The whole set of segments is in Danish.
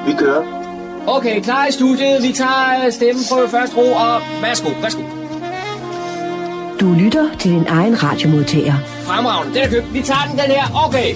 Vi kører. Okay, klar i studiet. Vi tager stemmeprøve først, ro, og værsgo. Du lytter til din egen radiomodtager. Fremragende, den er købt. Vi tager den her. Okay.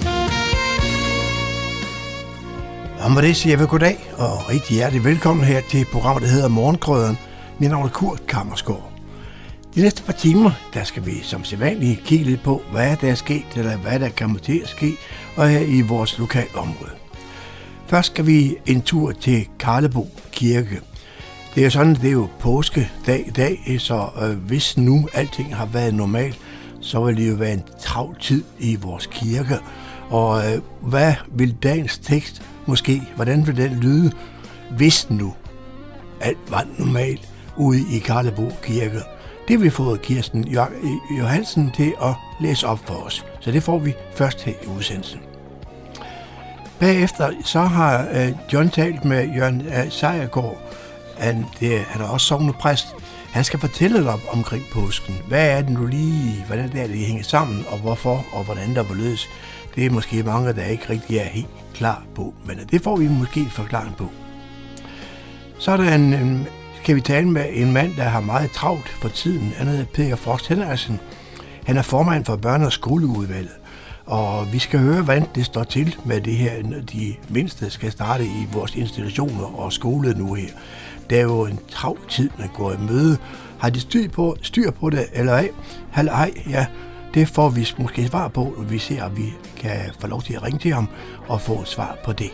Og med det siger jeg goddag, og rigtig hjertelig velkommen her til programmet, der hedder Morgenkrøderen. Mit navn er Kurt Kammersgaard. De næste par timer, der skal vi som sædvanligt kigge lidt på, hvad der er sket, eller hvad der kommer til at ske, og her i vores lokalområde. Først skal vi en tur til Karlebo Kirke. Det er jo sådan, det er jo påskedag i dag, så hvis nu alting har været normalt, så vil det jo være en travl tid i vores kirke. Og hvad vil dagens tekst måske, hvordan vil den lyde, hvis nu alt var normalt ude i Karlebo Kirke? Det har vi fået Kirsten Johansen til at læse op for os, så det får vi først her i udsendelsen. Bagefter så har John talt med Jørgen Sejergaard. Han er også sognepræst. Han skal fortælle dig omkring påsken. Hvad er det nu lige, hvordan det hænger sammen, og hvorfor, og hvordan der var løs. Det er måske mange, der ikke rigtig er helt klar på, men det får vi måske en forklaring på. Så er der skal vi tale med en mand, der har meget travlt for tiden. Han hedder Per Frost Henriksen. Han er formand for børne- og skoleudvalget. Og vi skal høre, hvordan det står til med det her, når de mindste skal starte i vores institutioner og skole nu her. Det er jo en travl tid, man går i møde. Har de styr på det, eller ej? Ej, ja, det får vi måske svar på, og vi ser, at vi kan få lov til at ringe til ham og få svar på det.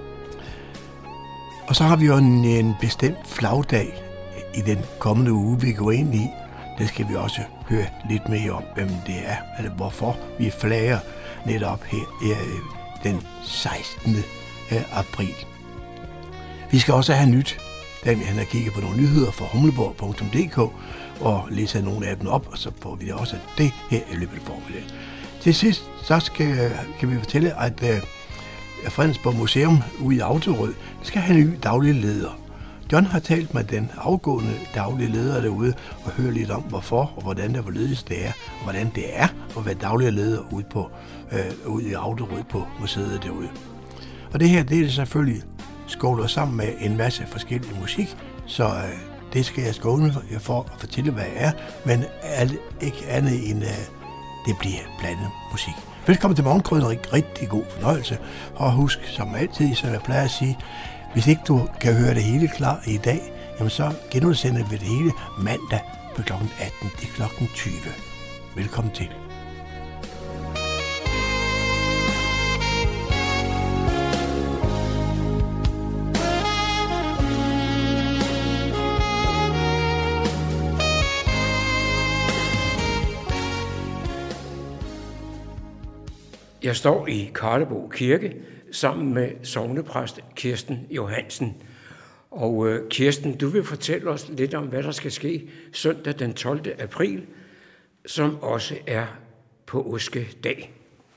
Og så har vi jo en bestemt flagdag i den kommende uge, vi går ind i. Det skal vi også høre lidt mere om, hvem det er, eller hvorfor vi flager netop her den 16. april. Vi skal også have nyt, da vi har kigget på nogle nyheder fra humleborg.dk og læse nogle af dem op, og så får vi også det her i løbet af formiddagen. Til sidst så kan vi fortælle, at Fredensborg Museum ude i Autorød skal have en ny daglig leder. John har talt med den afgående daglige leder derude og hørt lidt om, hvorfor og hvordan der var ledes det er, og hvordan det er at være daglig leder ude i Autorød på museet derude. Og det her, det er selvfølgelig skålet sammen med en masse forskellig musik, så det skal jeg skåle for at fortælle, hvad jeg er, men ikke andet end det bliver blandet musik. Velkommen til Morgenkrøderen, rigtig god fornøjelse, og husk som altid, som jeg plejer at sige, hvis ikke du kan høre det hele klar i dag, jamen så genudsender vi det hele mandag på kl. 18 til kl. 20. Velkommen til. Jeg står i Karlebo Kirke sammen med sognepræst Kirsten Johansen. Og Kirsten, du vil fortælle os lidt om, hvad der skal ske søndag den 12. april, som også er påskedag.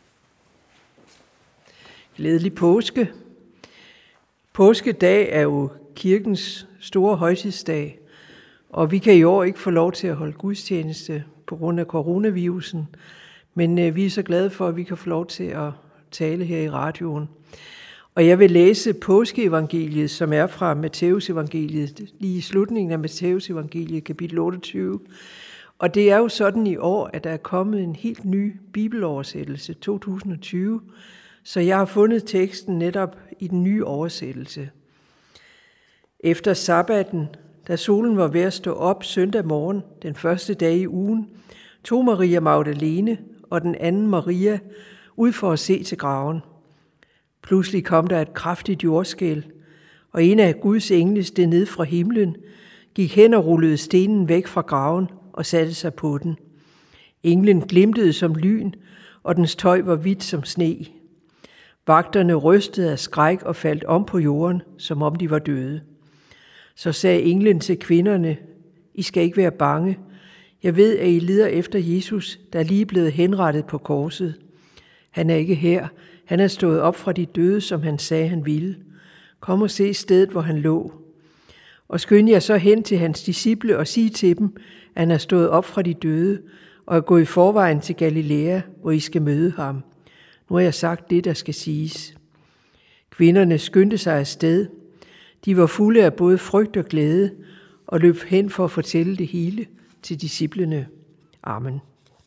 Glædelig påske. Påskedag er jo kirkens store højtidsdag, og vi kan i år ikke få lov til at holde gudstjeneste på grund af coronavirusen, men vi er så glade for, at vi kan få lov til at tale her i radioen. Og jeg vil læse påskeevangeliet, som er fra Matthæusevangeliet, lige i slutningen af Matthæusevangeliet, kapitel 28. Og det er jo sådan i år, at der er kommet en helt ny bibeloversættelse, 2020, så jeg har fundet teksten netop i den nye oversættelse. Efter sabbaten, da solen var ved at stå op søndag morgen, den første dag i ugen, tog Maria Magdalene og den anden Maria ud for at se til graven. Pludselig kom der et kraftigt jordskælv, og en af Guds engle steg ned fra himlen, gik hen og rullede stenen væk fra graven og satte sig på den. Englen glimtede som lyn, og dens tøj var hvidt som sne. Vagterne rystede af skræk og faldt om på jorden, som om de var døde. Så sagde englen til kvinderne, I skal ikke være bange. Jeg ved, at I leder efter Jesus, der er lige blevet henrettet på korset. Han er ikke her. Han er stået op fra de døde, som han sagde, han ville. Kom og se stedet, hvor han lå. Og skynd jer så hen til hans disciple og sige til dem, at han er stået op fra de døde og er gået i forvejen til Galilea, hvor I skal møde ham. Nu har jeg sagt det, der skal siges. Kvinderne skyndte sig afsted. De var fulde af både frygt og glæde og løb hen for at fortælle det hele til disciplene. Amen.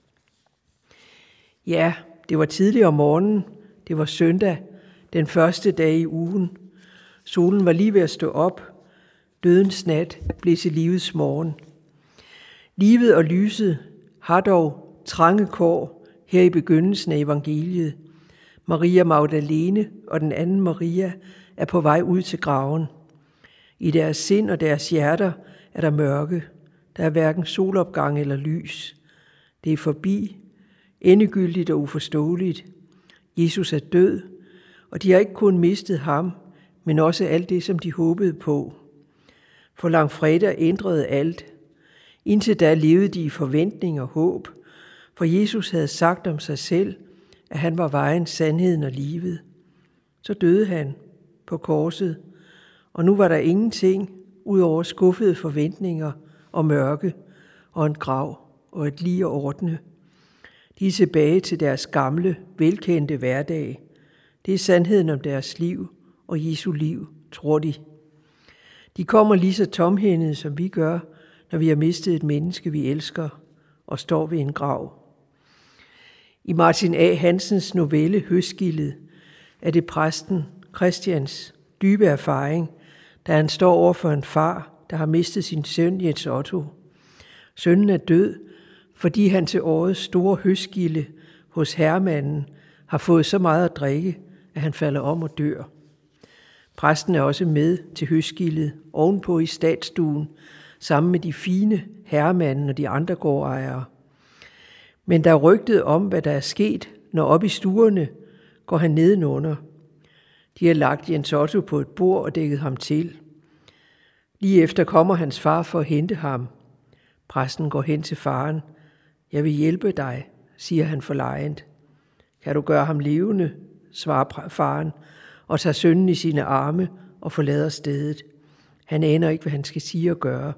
Ja, det var tidligt om morgenen. Det var søndag, den første dag i ugen. Solen var lige ved at stå op. Dødens nat blev til livets morgen. Livet og lyset har dog trange kår her i begyndelsen af evangeliet. Maria Magdalene og den anden Maria er på vej ud til graven. I deres sind og deres hjerter er der mørke. Der er hverken solopgang eller lys. Det er forbi, endegyldigt og uforståeligt. Jesus er død, og de har ikke kun mistet ham, men også alt det, som de håbede på. For langfredag ændrede alt. Indtil da levede de i forventning og håb, for Jesus havde sagt om sig selv, at han var vejen, sandheden og livet. Så døde han på korset, og nu var der ingenting ud over skuffede forventninger og mørke og en grav og et lig at ordne. De er tilbage til deres gamle, velkendte hverdag. Det er sandheden om deres liv og Jesu liv, tror de. De kommer lige så tomhændede, som vi gør, når vi har mistet et menneske, vi elsker, og står ved en grav. I Martin A. Hansens novelle Høstgildet er det præsten Christians dybe erfaring, da han står over for en far, der har mistet sin søn Jens Otto. Sønnen er død, fordi han til årets store høstgilde hos herremanden har fået så meget at drikke, at han falder om og dør. Præsten er også med til høstgildet ovenpå i statsstuen, sammen med de fine herremanden og de andre gårdejere. Men der er rygtet om, hvad der er sket, når op i stuerne går han nedenunder. De har lagt Jens Otto på et bord og dækket ham til. Lige efter kommer hans far for at hente ham. Præsten går hen til faren. Jeg vil hjælpe dig, siger han forlegent. Kan du gøre ham levende, svarer faren, og tager sønnen i sine arme og forlader stedet. Han aner ikke, hvad han skal sige og gøre.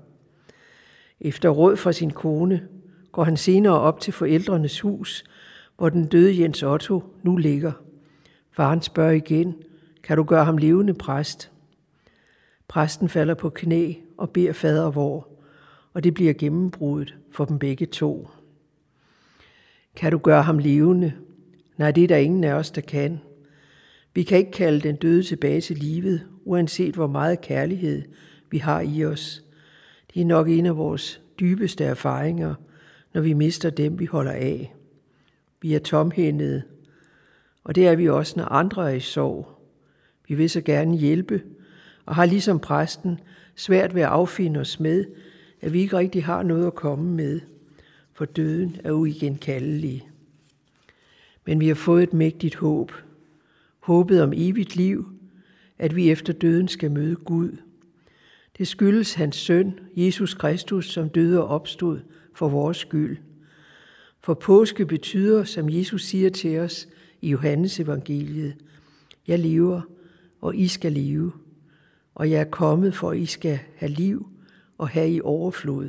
Efter råd fra sin kone går han senere op til forældrenes hus, hvor den døde Jens Otto nu ligger. Faren spørger igen, kan du gøre ham levende, præst? Præsten falder på knæ og beder fader vor, og det bliver gennembruddet for dem begge to. Kan du gøre ham levende? Nej, det er der ingen af os, der kan. Vi kan ikke kalde den døde tilbage til livet, uanset hvor meget kærlighed vi har i os. Det er nok en af vores dybeste erfaringer, når vi mister dem, vi holder af. Vi er tomhændede, og det er vi også, når andre er i sorg. Vi vil så gerne hjælpe, og har ligesom præsten svært ved at affinde os med, at vi ikke rigtig har noget at komme med, for døden er uigenkaldelig. Men vi har fået et mægtigt håb. Håbet om evigt liv, at vi efter døden skal møde Gud. Det skyldes hans søn, Jesus Kristus, som døde og opstod for vores skyld. For påske betyder, som Jesus siger til os i Johannes evangeliet, jeg lever, og I skal leve, og jeg er kommet, for at I skal have liv og have i overflod.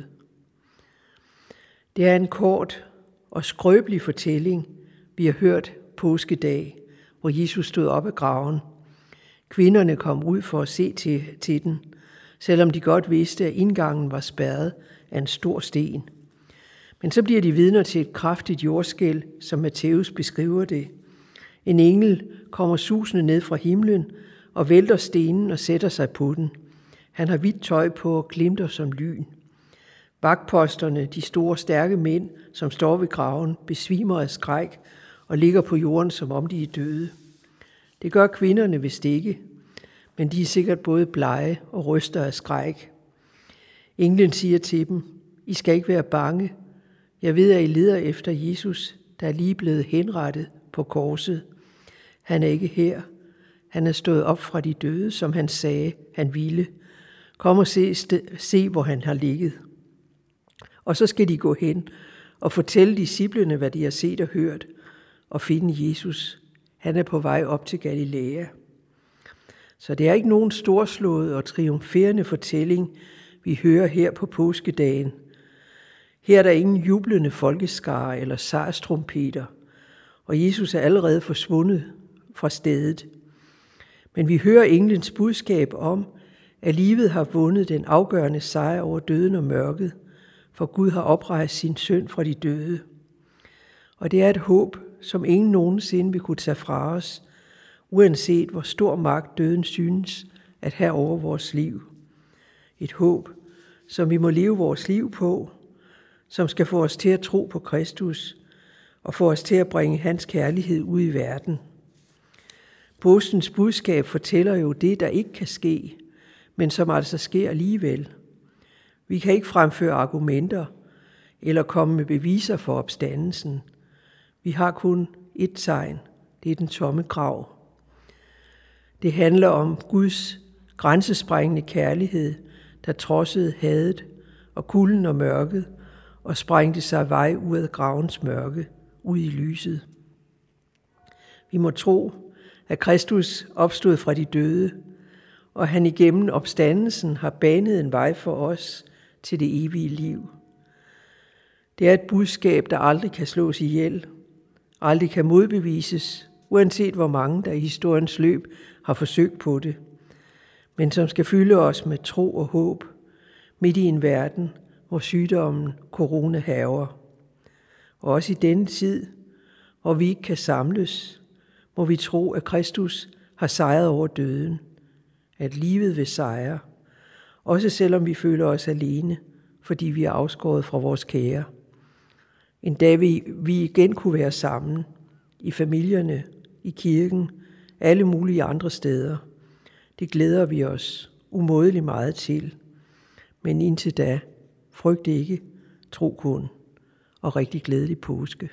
Det er en kort og skrøbelig fortælling, vi har hørt påskedag, hvor Jesus stod op af graven. Kvinderne kom ud for at se til den, selvom de godt vidste, at indgangen var spærret af en stor sten. Men så bliver de vidner til et kraftigt jordskælv, som Matthæus beskriver det. En engel kommer susende ned fra himlen og vælter stenen og sætter sig på den. Han har hvidt tøj på og glimter som lyn. Vagtposterne, de store stærke mænd, som står ved graven, besvimer af skræk og ligger på jorden, som om de er døde. Det gør kvinderne vist ikke, men de er sikkert både blege og ryster af skræk. Englen siger til dem, I skal ikke være bange. Jeg ved, at I leder efter Jesus, der er lige blevet henrettet på korset. Han er ikke her. Han er stået op fra de døde, som han sagde, han ville. Kom og se, hvor han har ligget. Og så skal de gå hen og fortælle disciplene, hvad de har set og hørt, og finde Jesus. Han er på vej op til Galilea. Så det er ikke nogen storslået og triumferende fortælling, vi hører her på påskedagen. Her er der ingen jublende folkeskare eller sejrstrumpeter, og Jesus er allerede forsvundet fra stedet. Men vi hører englens budskab om, at livet har vundet den afgørende sejr over døden og mørket, for Gud har oprejst sin søn fra de døde. Og det er et håb, som ingen nogensinde vil kunne tage fra os, uanset hvor stor magt døden synes at have over vores liv. Et håb, som vi må leve vores liv på, som skal få os til at tro på Kristus og få os til at bringe hans kærlighed ud i verden. Påskens budskab fortæller jo det, der ikke kan ske, men som altså sker alligevel. Vi kan ikke fremføre argumenter eller komme med beviser for opstandelsen. Vi har kun ét tegn, det er den tomme grav. Det handler om Guds grænsesprængende kærlighed, der trodsede hadet og kulden og mørket og sprængte sig vej ud af gravens mørke, ud i lyset. Vi må tro, at Kristus opstod fra de døde, og han igennem opstandelsen har banet en vej for os til det evige liv. Det er et budskab, der aldrig kan slås ihjel, aldrig kan modbevises, uanset hvor mange der i historiens løb har forsøgt på det, men som skal fylde os med tro og håb midt i en verden, hvor sygdommen corona hærger. Og også i denne tid, hvor vi ikke kan samles, må vi tro, at Kristus har sejret over døden, at livet vil sejre, også selvom vi føler os alene, fordi vi er afskåret fra vores kære. En dag vi igen kunne være sammen, i familierne, i kirken, alle mulige andre steder. Det glæder vi os umådeligt meget til. Men indtil da, frygt ikke, tro kun, og rigtig glædelig påske.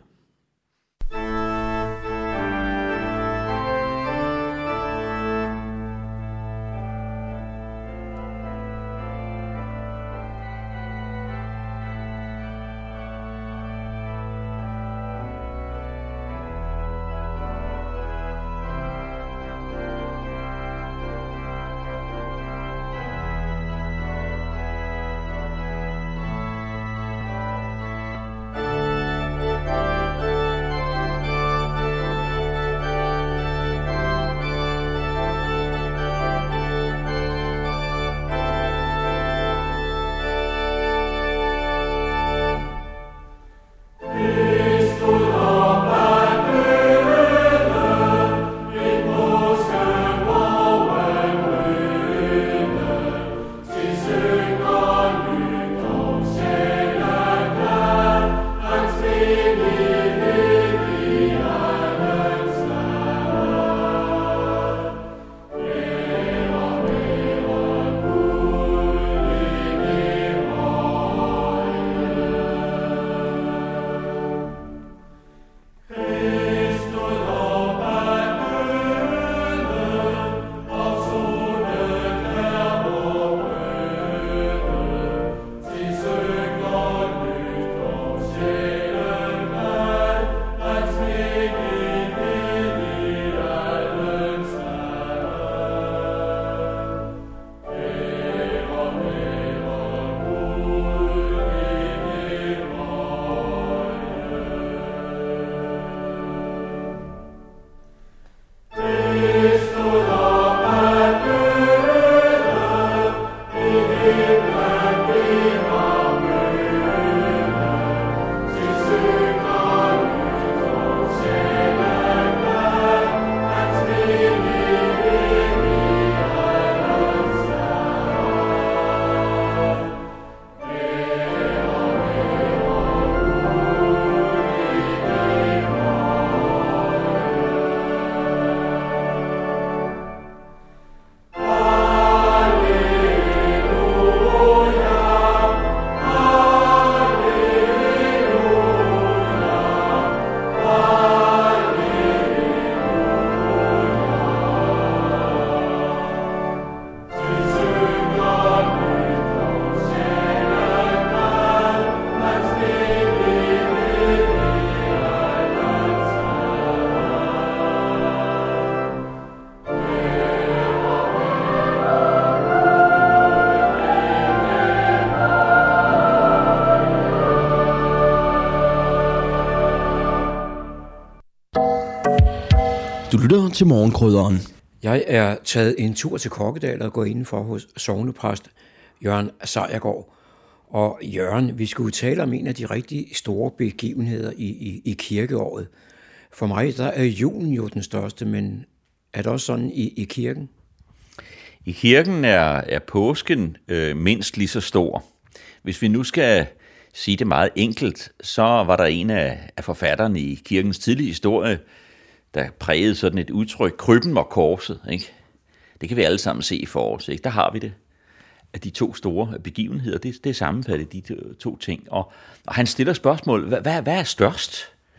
Du lytter til Morgenkrydderen. Jeg er taget en tur til Kokkedal og gået indenfor hos sognepræst Jørgen Sejergaard. Og Jørgen, vi skulle tale om en af de rigtig store begivenheder i kirkeåret. For mig der er julen jo den største, men er det også sådan i kirken? I kirken er påsken mindst lige så stor. Hvis vi nu skal sige det meget enkelt, så var der en af forfatterne i kirkens tidlige historie, der prægede sådan et udtryk, krybben og korset. Ikke? Det kan vi alle sammen se for os. Ikke? Der har vi det. At de to store begivenheder, det er sammenfattet de to ting. Og han stiller spørgsmål, hvad er størst?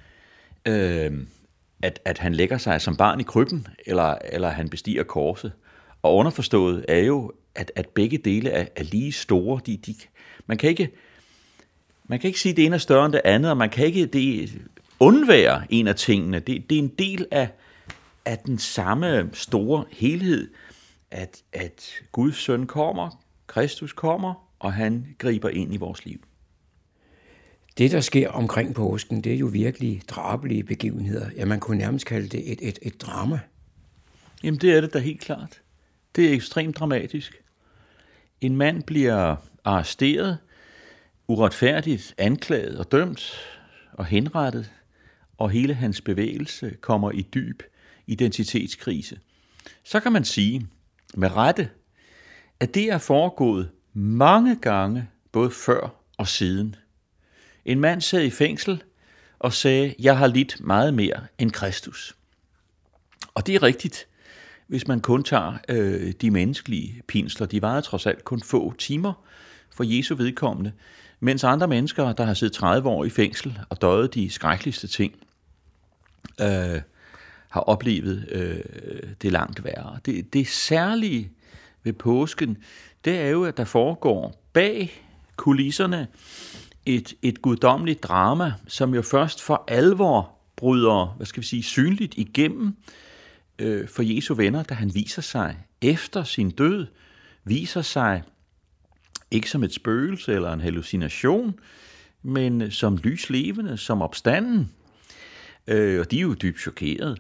At han lægger sig som barn i krybben, eller han bestiger korset? Og underforstået er jo, at begge dele er lige store. Man kan ikke sige, at det ene er større end det andet, og man kan ikke undvære en af tingene. Det er en del af den samme store helhed, at Guds søn kommer, Kristus kommer, og han griber ind i vores liv. Det, der sker omkring påsken, det er jo virkelig drabelige begivenheder. Ja, man kunne nærmest kalde det et drama. Jamen, det er det da helt klart. Det er ekstremt dramatisk. En mand bliver arresteret, uretfærdigt anklaget og dømt og henrettet, og hele hans bevægelse kommer i dyb identitetskrise. Så kan man sige med rette, at det er foregået mange gange, både før og siden. En mand sad i fængsel og sagde, jeg har lidt meget mere end Kristus. Og det er rigtigt, hvis man kun tager de menneskelige pinsler. De varede trods alt kun få timer for Jesu vedkommende, mens andre mennesker, der har siddet 30 år i fængsel og døjet de skrækkeligste ting, har oplevet det langt værre. Det særlige ved påsken, det er jo, at der foregår bag kulisserne et guddommeligt drama, som jo først for alvor bryder, synligt igennem for Jesu venner, da han viser sig efter sin død, viser sig ikke som et spøgelse eller en hallucination, men som lyslevende, som opstanden. Og de er jo dybt chokerede.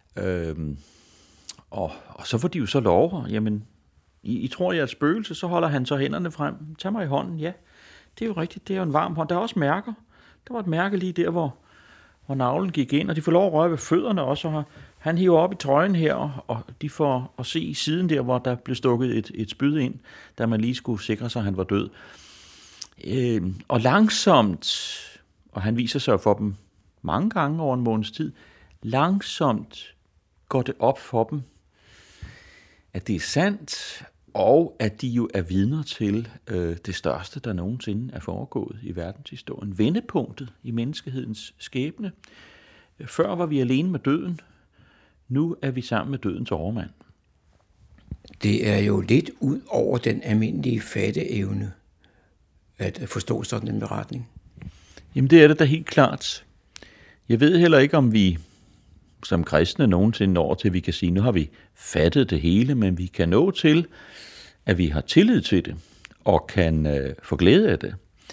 Og så får de jo så lov, jamen, I tror, jeg er et spøgelse, så holder han så hænderne frem. Tag mig i hånden, ja. Det er jo rigtigt, det er jo en varm hånd. Der er også mærker. Der var et mærke lige der, hvor navlen gik ind, og de får lov at røre ved fødderne også. Og han hiver op i trøjen her, og de får at se siden der, hvor der blev stukket et spyd ind, da man lige skulle sikre sig, at han var død. Og langsomt, og han viser sig for dem mange gange over en måneds tid, langsomt går det op for dem, at det er sandt, og at de jo er vidner til det største, der nogensinde er foregået i verdenshistorien. Vendepunktet i menneskehedens skæbne. Før var vi alene med døden, nu er vi sammen med dødens overmand. Det er jo lidt ud over den almindelige fatteevne at forstå sådan en beretning. Jamen det er det da helt klart. Jeg ved heller ikke, om vi som kristne nogensinde når til, at vi kan sige, nu har vi fattet det hele, men vi kan nå til, at vi har tillid til det, og kan få glæde af det.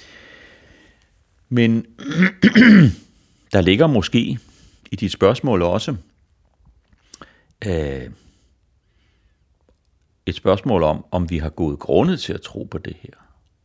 Men der ligger måske i dit spørgsmål også et spørgsmål om vi har gode grunde til at tro på det her.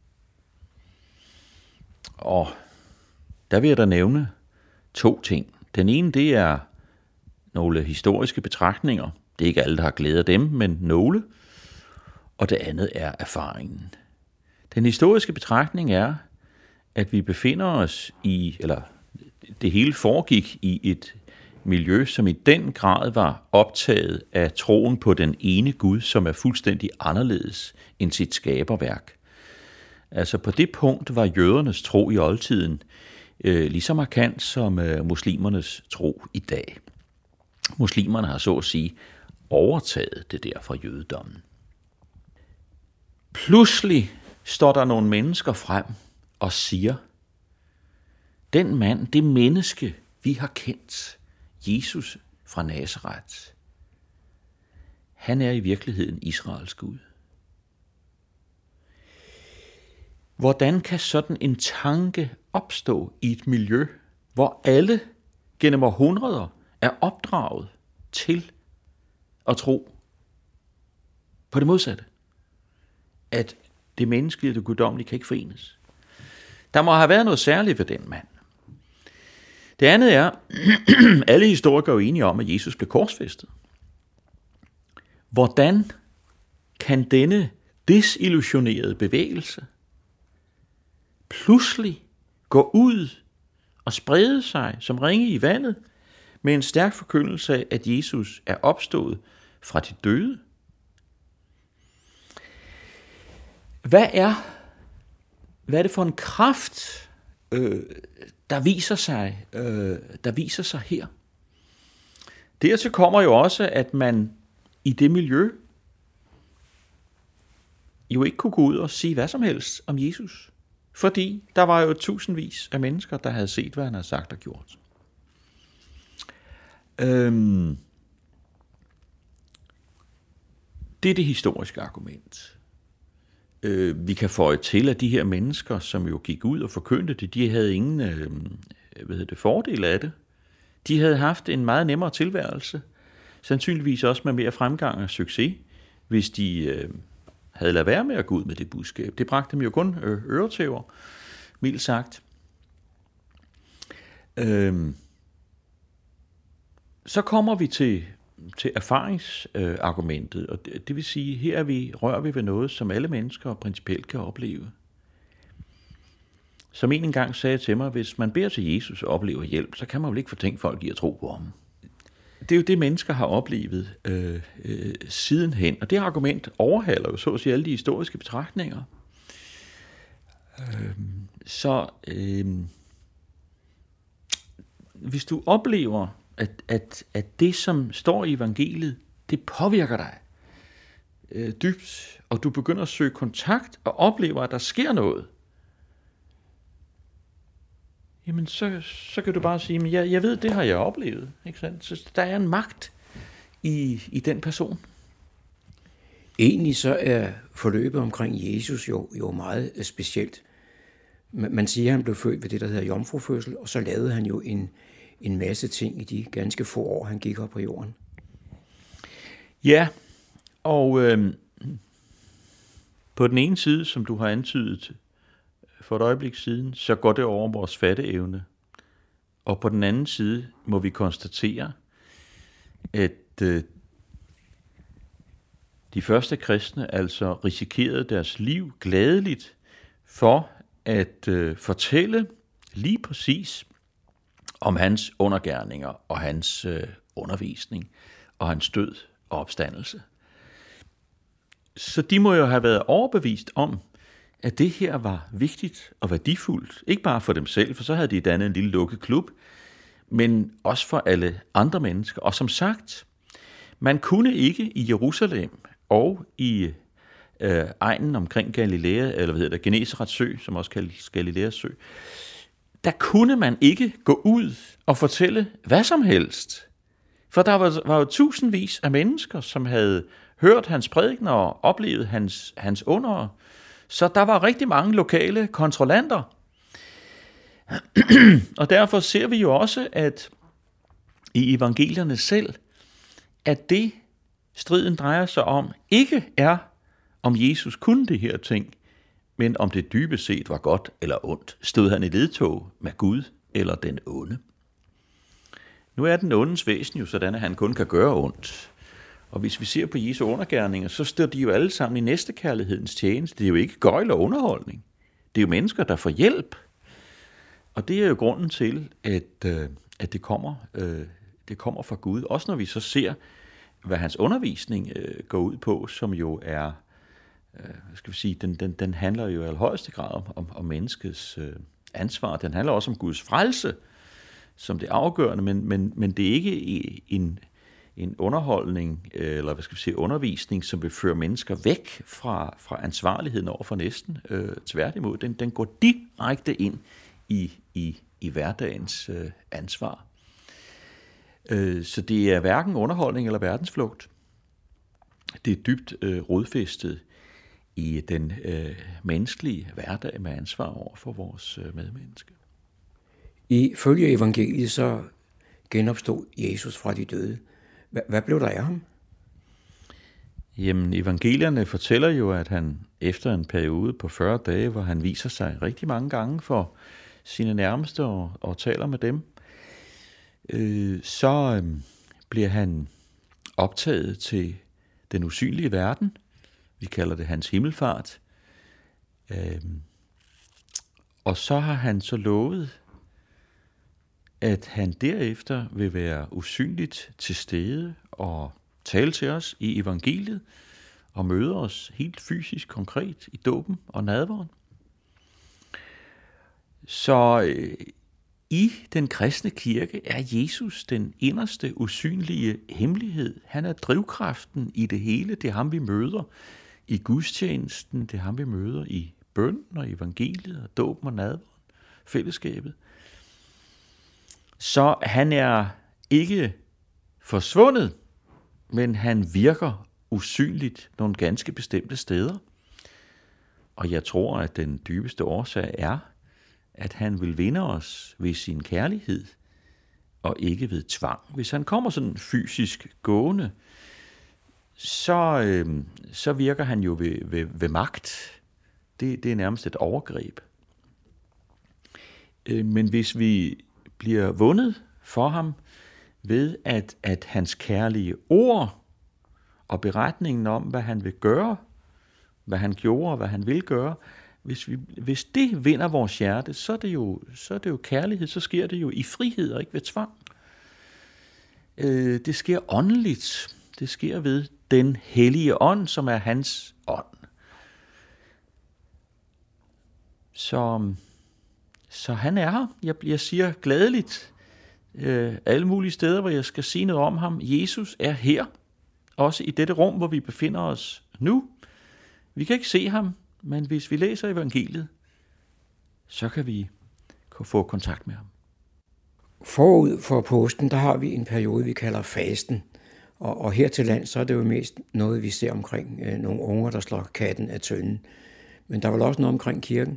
Og der vil jeg da nævne 2 ting. Den ene, det er nogle historiske betragtninger. Det er ikke alle, der har glæde af dem, men nogle. Og det andet er erfaringen. Den historiske betragtning er, at vi befinder os det hele foregik i et miljø, som i den grad var optaget af troen på den ene Gud, som er fuldstændig anderledes end sit skaberværk. Altså på det punkt var jødernes tro i oldtiden lige så markant som muslimernes tro i dag. Muslimerne har så at sige overtaget det der fra jødedommen. Pludselig står der nogle mennesker frem og siger, den mand, det menneske, vi har kendt, Jesus fra Nazaret, han er i virkeligheden Israels Gud. Hvordan kan sådan en tanke opstå i et miljø, hvor alle gennem århundreder er opdraget til at tro på det modsatte. At det menneskelige og det guddommelige kan ikke forenes. Der må have været noget særligt ved den mand. Det andet er, alle historikere er enige om, at Jesus blev korsfæstet. Hvordan kan denne desillusionerede bevægelse pludselig gå ud og sprede sig som ringe i vandet med en stærk forkyndelse af, at Jesus er opstået fra de døde? Hvad er det for en kraft, der viser sig her? Dertil kommer jo også, at man i det miljø jo ikke kunne gå ud og sige hvad som helst om Jesus. Fordi der var jo tusindvis af mennesker, der havde set, hvad han havde sagt og gjort. Det er det historiske argument. Vi kan føje til, at de her mennesker, som jo gik ud og forkyndte det, de havde ingen fordel af det. De havde haft en meget nemmere tilværelse, sandsynligvis også med mere fremgang og succes, hvis de havde ladet være med at gå ud med det budskab. Det bragte dem jo kun øretæver, mildt sagt. Så kommer vi til erfaringsargumentet, og det vil sige, her rører vi ved noget, som alle mennesker principielt kan opleve. Som en engang sagde til mig, hvis man beder til Jesus og oplever hjælp, så kan man vel ikke fortænke folk i at tro på ham. Det er jo det, mennesker har oplevet sidenhen, og det argument overhaler jo så at sige alle de historiske betragtninger. Hvis du oplever, at det, som står i evangeliet, det påvirker dig dybt, og du begynder at søge kontakt og oplever, at der sker noget, jamen så kan du bare sige, men jeg ved, det har jeg oplevet. Ikke sandt? Så der er en magt i den person. Egentlig så er forløbet omkring Jesus jo meget specielt. Man siger, at han blev født ved det, der hedder jomfrufødsel, og så lavede han jo en masse ting i de ganske få år, han gik op på jorden. Ja, og på den ene side, som du har antydet for et øjeblik siden, så går det over vores fatteevne. Og på den anden side må vi konstatere, at de første kristne altså risikerede deres liv gladeligt for at fortælle lige præcis om hans undergerninger og hans undervisning og hans død og opstandelse. Så de må jo have været overbevist om, at det her var vigtigt og værdifuldt. Ikke bare for dem selv, for så havde de dannet en lille lukket klub, men også for alle andre mennesker. Og som sagt, man kunne ikke i Jerusalem og i egnen omkring Galilea, eller Genesarets sø, som også kaldes Galileas sø, der kunne man ikke gå ud og fortælle hvad som helst. For der var jo tusindvis af mennesker, som havde hørt hans prædikener og oplevet hans under. Så der var rigtig mange lokale kontrollanter. Og derfor ser vi jo også, at i evangelierne selv, at det striden drejer sig om, ikke er om Jesus kunne det her ting, men om det dybest set var godt eller ondt. Stod han i ledtog med Gud eller den onde? Nu er den ondes væsen jo sådan, at han kun kan gøre ondt. Og hvis vi ser på Jesu undergerninger, så står de jo alle sammen i næstekærlighedens tjeneste. Det er jo ikke gøjl og underholdning. Det er jo mennesker, der får hjælp. Og det er jo grunden til, at det kommer fra Gud. Også når vi så ser, hvad hans undervisning går ud på, som jo er, den handler jo i allerhøjeste grad om menneskets ansvar. Den handler også om Guds frelse, som det afgørende, men det er ikke en underholdning, eller undervisning, som vil føre mennesker væk fra ansvarligheden over for næsten. Tværtimod, den går direkte ind i hverdagens ansvar. Så det er hverken underholdning eller verdensflugt. Det er dybt rodfæstet i den menneskelige hverdag med ansvar over for vores medmennesker. Ifølge evangeliet så genopstod Jesus fra de døde. Hvad blev der af ham? Jamen, evangelierne fortæller jo, at han efter en periode på 40 dage, hvor han viser sig rigtig mange gange for sine nærmeste og taler med dem, så bliver han optaget til den usynlige verden. Vi kalder det hans himmelfart. Og så har han så lovet, at han derefter vil være usynligt til stede og tale til os i evangeliet og møde os helt fysisk konkret i dåben og nadveren. Så i den kristne kirke er Jesus den inderste usynlige hemmelighed. Han er drivkraften i det hele. Det er ham, vi møder i gudstjenesten. Det er ham, vi møder i bønnen og evangeliet og dåben og nadveren, fællesskabet. Så han er ikke forsvundet, men han virker usynligt nogle ganske bestemte steder. Og jeg tror, at den dybeste årsag er, at han vil vinde os ved sin kærlighed, og ikke ved tvang. Hvis han kommer sådan fysisk gående, så virker han jo ved magt. Det er nærmest et overgreb. Men hvis vi bliver vundet for ham ved, at hans kærlige ord og beretningen om, hvad han vil gøre, hvad han gjorde og hvad han vil gøre, hvis det vinder vores hjerte, så er det jo kærlighed, så sker det jo i frihed og ikke ved tvang. Det sker åndeligt. Det sker ved den hellige ånd, som er hans ånd. Så han er her. Jeg siger gladeligt alle mulige steder, hvor jeg skal sige noget om ham. Jesus er her, også i dette rum, hvor vi befinder os nu. Vi kan ikke se ham, men hvis vi læser evangeliet, så kan vi få kontakt med ham. Forud for påsken, der har vi en periode, vi kalder fasten. Og her til land, så er det jo mest noget, vi ser omkring nogle unger, der slår katten af tønden. Men der var også noget omkring kirken.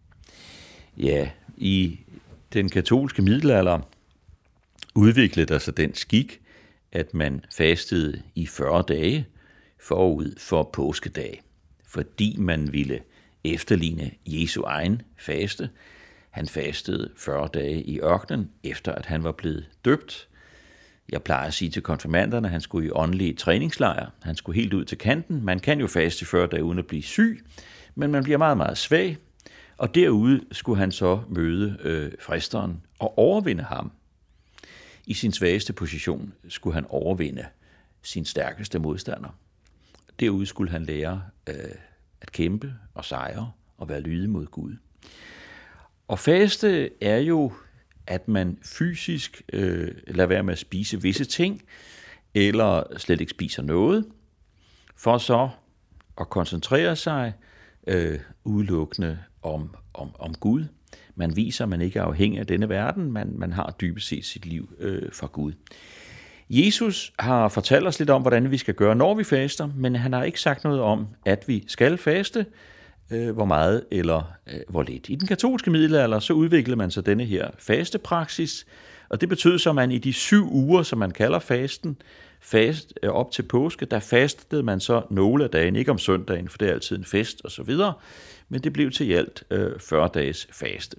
Ja, i den katolske middelalder udviklede der sig den skik, at man fastede i 40 dage forud for påskedag, fordi man ville efterligne Jesu egen faste. Han fastede 40 dage i ørkenen, efter at han var blevet døbt. Jeg plejer at sige til konfirmanderne, at han skulle i åndelige træningslejr. Han skulle helt ud til kanten. Man kan jo faste i 40 dage uden at blive syg, men man bliver meget, meget svag. Og derude skulle han så møde fristeren og overvinde ham. I sin svageste position skulle han overvinde sin stærkeste modstander. Derude skulle han lære at kæmpe og sejre og være lydig mod Gud. Og faste er jo, at man fysisk lader være med at spise visse ting, eller slet ikke spiser noget, for så at koncentrere sig udelukkende om Gud. Man viser, at man ikke er afhængig af denne verden, man har dybest set sit liv for Gud. Jesus har fortalt os lidt om, hvordan vi skal gøre, når vi faster, men han har ikke sagt noget om, at vi skal faste, hvor meget eller hvor lidt. I den katolske middelalder så udviklede man så denne her fastepraksis, og det betød så, at man i de 7 uger, som man kalder fasten, fast op til påske, der fastede man så nogle af dagen, ikke om søndagen, for det er altid en fest og så videre, men det blev til i alt 40 dages faste.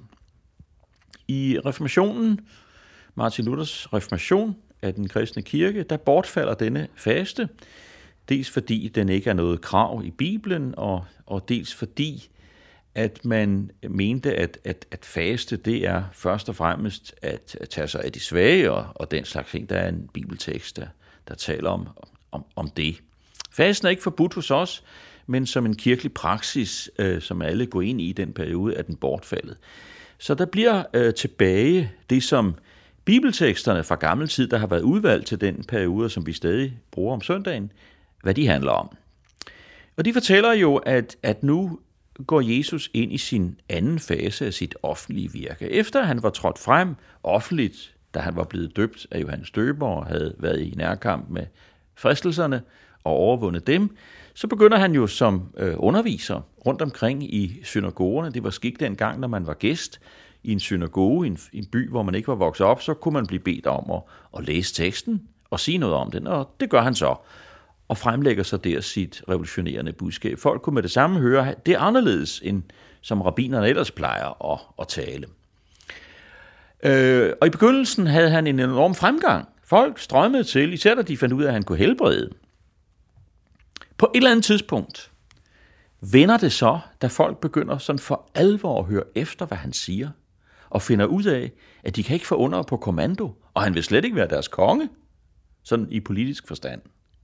I reformationen, Martin Luthers reformation af den kristne kirke, der bortfalder denne faste, dels fordi den ikke er noget krav i Bibelen, og dels fordi, at man mente, at faste, det er først og fremmest at tage sig af de svage, og den slags ting. Der er en bibeltekst, der taler om det. Fasten er ikke forbudt hos os, men som en kirkelig praksis, som alle går ind i den periode, er den bortfaldet. Så der bliver tilbage det, som bibelteksterne fra gammel tid, der har været udvalgt til den periode, som vi stadig bruger om søndagen, hvad de handler om. Og de fortæller jo, at nu går Jesus ind i sin anden fase af sit offentlige virke. Efter han var trådt frem offentligt, da han var blevet døbt af Johannes Døber og havde været i nærkamp med fristelserne og overvundet dem, så begynder han jo som underviser rundt omkring i synagogerne. Det var skik dengang, når man var gæst i en synagoge, i en by, hvor man ikke var vokset op, så kunne man blive bedt om at læse teksten og sige noget om den, og det gør han så. og fremlægger så der sit revolutionerende budskab. Folk kunne med det samme høre, at det er anderledes, end som rabbinerne ellers plejer at tale. Og i begyndelsen havde han en enorm fremgang. Folk strømmede til, især da de fandt ud af, at han kunne helbrede. På et eller andet tidspunkt vender det så, da folk begynder sådan for alvor at høre efter, hvad han siger, og finder ud af, at de kan ikke få under på kommando, og han vil slet ikke være deres konge, sådan i politisk forstand.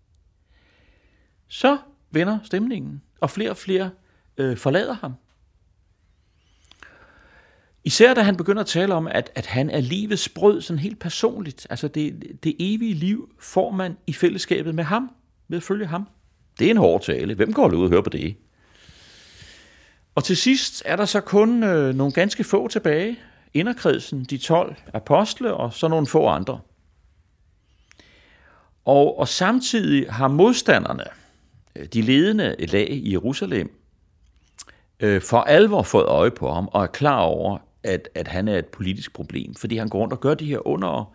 Så vender stemningen, og flere forlader ham. Især da han begynder at tale om, at han er livets brød, sådan helt personligt. Altså det evige liv får man i fællesskabet med ham, ved at følge ham. Det er en hård tale. Hvem går ud og hører på det? Og til sidst er der så kun nogle ganske få tilbage. Inderkredsen, de 12 apostle og så nogle få andre. Og samtidig har modstanderne, de ledende lag i Jerusalem, for alvor fået øje på ham og er klar over, at han er et politisk problem, fordi han går rundt og gør de her under.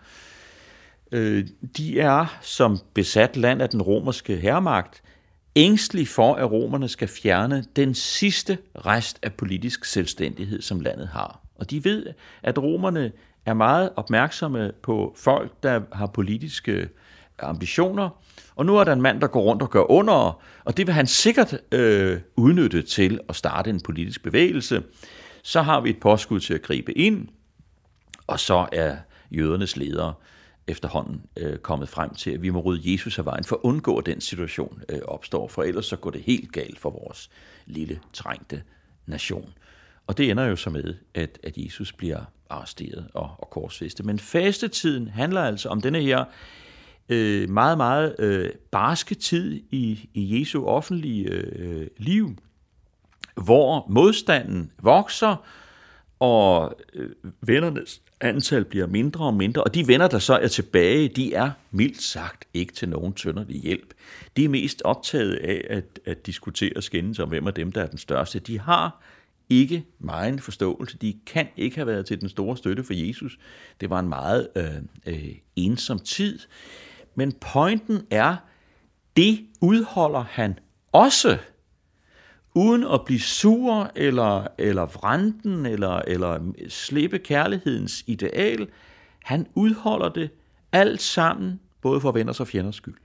De er som besat land af den romerske hærmagt ængstelig for, at romerne skal fjerne den sidste rest af politisk selvstændighed, som landet har. Og de ved, at romerne er meget opmærksomme på folk, der har politiske ambitioner. Og nu er der en mand, der går rundt og gør under, og det vil han sikkert udnytte til at starte en politisk bevægelse. Så har vi et påskud til at gribe ind, og så er jødernes ledere efterhånden kommet frem til, at vi må rydde Jesus af vejen for at undgå, at den situation opstår, for ellers så går det helt galt for vores lille, trængte nation. Og det ender jo så med, at Jesus bliver arresteret og korsfæstet. Men fastetiden handler altså om denne her meget, meget barske tid i Jesu offentlige liv, hvor modstanden vokser, og vennernes antal bliver mindre og mindre, og de venner, der så er tilbage, de er mildt sagt ikke til nogen tønderlig hjælp. De er mest optaget af at diskutere og skændes om, hvem af dem, der er den største. De har ikke megen forståelse. De kan ikke have været til den store støtte for Jesus. Det var en meget ensom tid. Men pointen er, det udholder han også, uden at blive sur eller vranden eller slippe kærlighedens ideal. Han udholder det alt sammen, både for venners og fjenders skyld.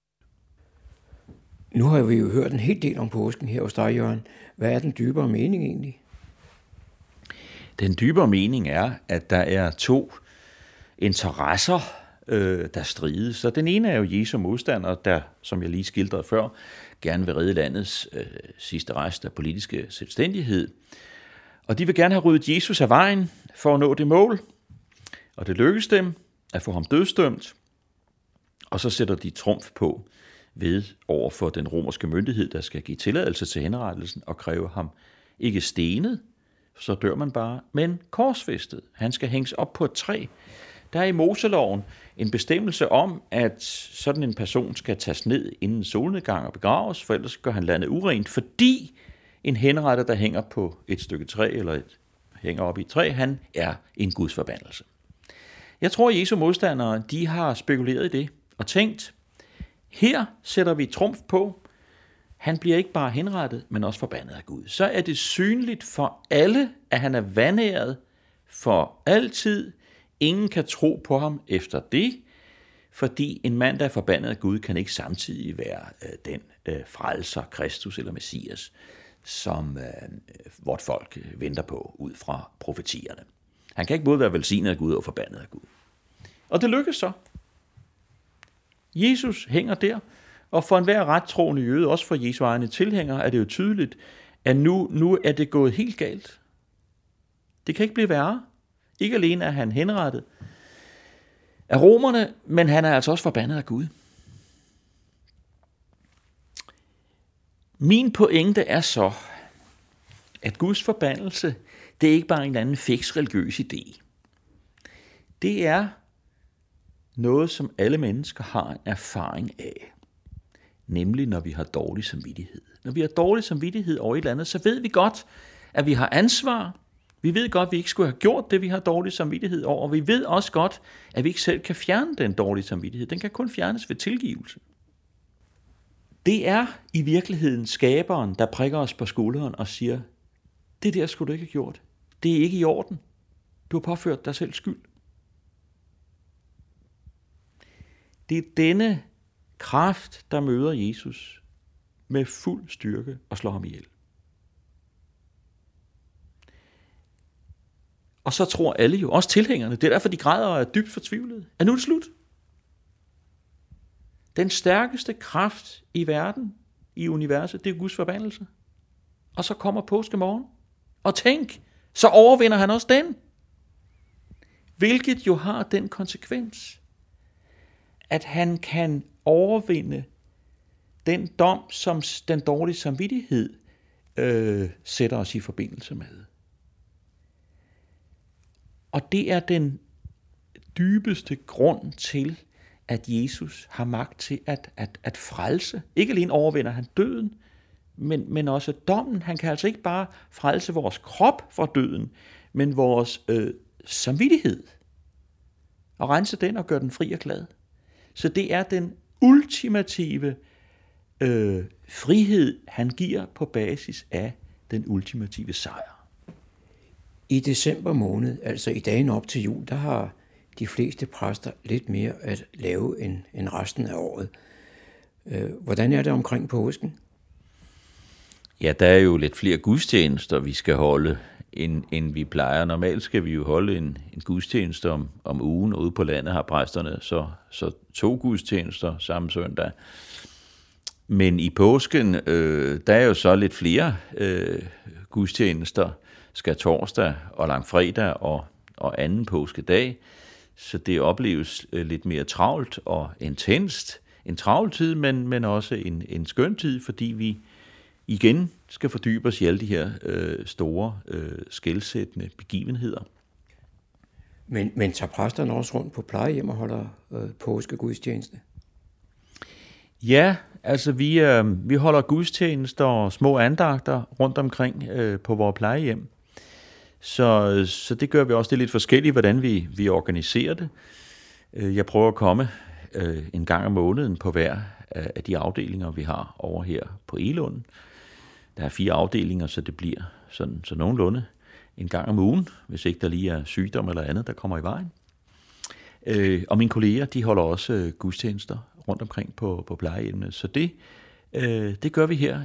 Nu har vi jo hørt en hel del om påsken her hos dig, Jørgen. Hvad er den dybere mening egentlig? Den dybere mening er, at der er to interesser, der strides. Så den ene er jo Jesu modstander, der, som jeg lige skildrede før, gerne vil redde landets sidste rest af politiske selvstændighed. Og de vil gerne have ryddet Jesus af vejen for at nå det mål. Og det lykkes dem at få ham dødsdømt. Og så sætter de trumf på ved over for den romerske myndighed, der skal give tilladelse til henrettelsen og kræve ham ikke stenet, så dør man bare, men korsfæstet. Han skal hænges op på et træ. Der er i Moseloven en bestemmelse om, at sådan en person skal tages ned inden solnedgang og begraves, for ellers gør han landet urent, fordi en henretter, der hænger på et stykke træ, eller hænger op i et træ, han er en Guds forbandelse. Jeg tror, at Jesu modstandere, de har spekuleret i det og tænkt, her sætter vi trumf på, han bliver ikke bare henrettet, men også forbandet af Gud. Så er det synligt for alle, at han er vanæret for altid. Ingen kan tro på ham efter det, fordi en mand, der er forbandet af Gud, kan ikke samtidig være den frelser, Kristus eller Messias, som vort folk venter på ud fra profetierne. Han kan ikke både være velsignet af Gud og forbandet af Gud. Og det lykkes så. Jesus hænger der, og for enhver rettroende jøde, også for Jesu egne tilhængere, er det jo tydeligt, at nu er det gået helt galt. Det kan ikke blive værre. Ikke alene er han henrettet af romerne, men han er altså også forbandet af Gud. Min pointe er så, at Guds forbandelse, det er ikke bare en eller anden fiks religiøs idé. Det er noget, som alle mennesker har en erfaring af. Nemlig når vi har dårlig samvittighed. Når vi har dårlig samvittighed over et eller andet, så ved vi godt, at vi har ansvar. Vi ved godt, at vi ikke skulle have gjort det, vi har dårlig samvittighed over. Og vi ved også godt, at vi ikke selv kan fjerne den dårlige samvittighed. Den kan kun fjernes ved tilgivelse. Det er i virkeligheden skaberen, der prikker os på skulderen og siger, det der skulle du ikke have gjort. Det er ikke i orden. Du har påført dig selv skyld. Det er denne kraft, der møder Jesus med fuld styrke og slår ham ihjel. Og så tror alle jo, også tilhængerne, det er derfor, de græder og er dybt fortvivlede, at nu er det slut. Den stærkeste kraft i verden, i universet, det er Guds forbandelse. Og så kommer påskemorgen. Og tænk, så overvinder han også den. Hvilket jo har den konsekvens, at han kan overvinde den dom, som den dårlige samvittighed sætter os i forbindelse med. Og det er den dybeste grund til, at Jesus har magt til at frelse. Ikke alene overvinder han døden, men også dommen. Han kan altså ikke bare frelse vores krop fra døden, men vores samvittighed. Og rense den og gøre den fri og glad. Så det er den ultimative frihed, han giver på basis af den ultimative sejr. I december måned, altså i dagen op til jul, der har de fleste præster lidt mere at lave end resten af året. Hvordan er det omkring påsken? Ja, der er jo lidt flere gudstjenester, vi skal holde, end vi plejer. Normalt skal vi jo holde en gudstjeneste om ugen, og ude på landet har præsterne så 2 gudstjenester samme søndag. Men i påsken, der er jo så lidt flere gudstjenester, skal torsdag og langfredag og anden påskedag, så det opleves lidt mere travlt og intenst. En travl tid, men også en skøn tid, fordi vi igen skal fordybe os i alle de her store, skelsættende begivenheder. Men tager præsterne også rundt på plejehjem og holder påskegudstjeneste? Ja, altså vi holder gudstjenester og små andagter rundt omkring på vores plejehjem. Så det gør vi også. Det er lidt forskelligt, hvordan vi organiserer det. Jeg prøver at komme en gang om måneden på hver af de afdelinger, vi har over her på Egelund. Der er 4 afdelinger, så det bliver så nogenlunde en gang om ugen, hvis ikke der lige er sygdom eller andet, der kommer i vejen. Og mine kolleger, de holder også gudstjenester rundt omkring på plejehjemmene. Så det gør vi her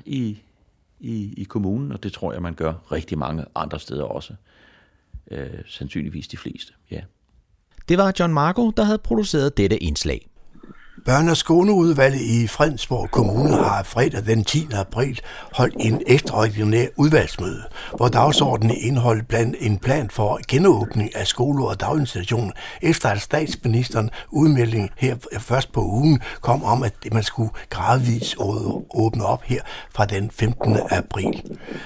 i kommunen, og det tror jeg, man gør rigtig mange andre steder også. Sandsynligvis de fleste, ja. Det var John Marco, der havde produceret dette indslag. Børne- og skoleudvalget i Fredensborg Kommune har fredag den 10. april holdt en ekstraordinær udvalgsmøde, hvor dagsordenen indeholdt blandt en plan for genåbning af skoler og daginstitutioner, efter at statsministeren udmelding her først på ugen kom om, at man skulle gradvist åbne op her fra den 15. april.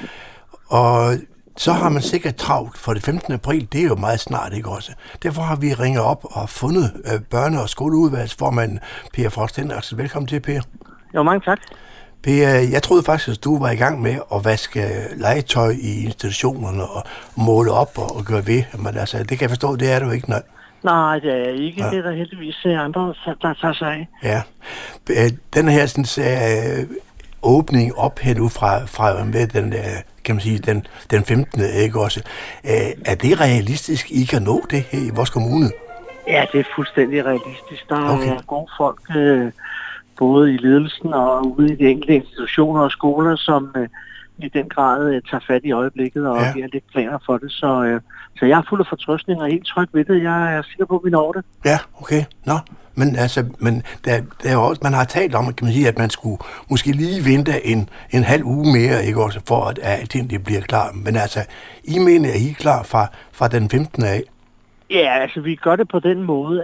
Og så har man sikkert travlt, for det 15. april, det er jo meget snart, ikke også? Derfor har vi ringet op og fundet børne- og skoleudvalgsformanden Per Frost Henriksen. Velkommen til, Per. Jo, mange tak. Per, jeg troede faktisk, at du var i gang med at vaske legetøj i institutionerne og måle op og gøre ved. Men altså, det kan jeg forstå, det er du ikke, nej. Nej, det er jeg ikke. Ja. Det er der heldigvis andre, der tager sig af. Ja. Den her sådan, åbning op her nu fra med den, kan man sige, den 15. ikke også? Er det realistisk, I kan nå det her i vores kommune? Ja, det er fuldstændig realistisk. Der er gode folk, både i ledelsen og ude i de enkelte institutioner og skoler, som i den grad tager fat i øjeblikket og giver lidt planer for det. Så jeg er fuld af fortrøstning og helt tryg ved det. Jeg er sikker på, at vi når det. Ja, okay. Nå. Men der er også, man har talt om, kan man sige, at man skulle måske lige vente en halv uge mere, ikke også, for at alting det bliver klar. Men altså, I mener, at I er klar fra den 15. af? Ja, altså vi gør det på den måde,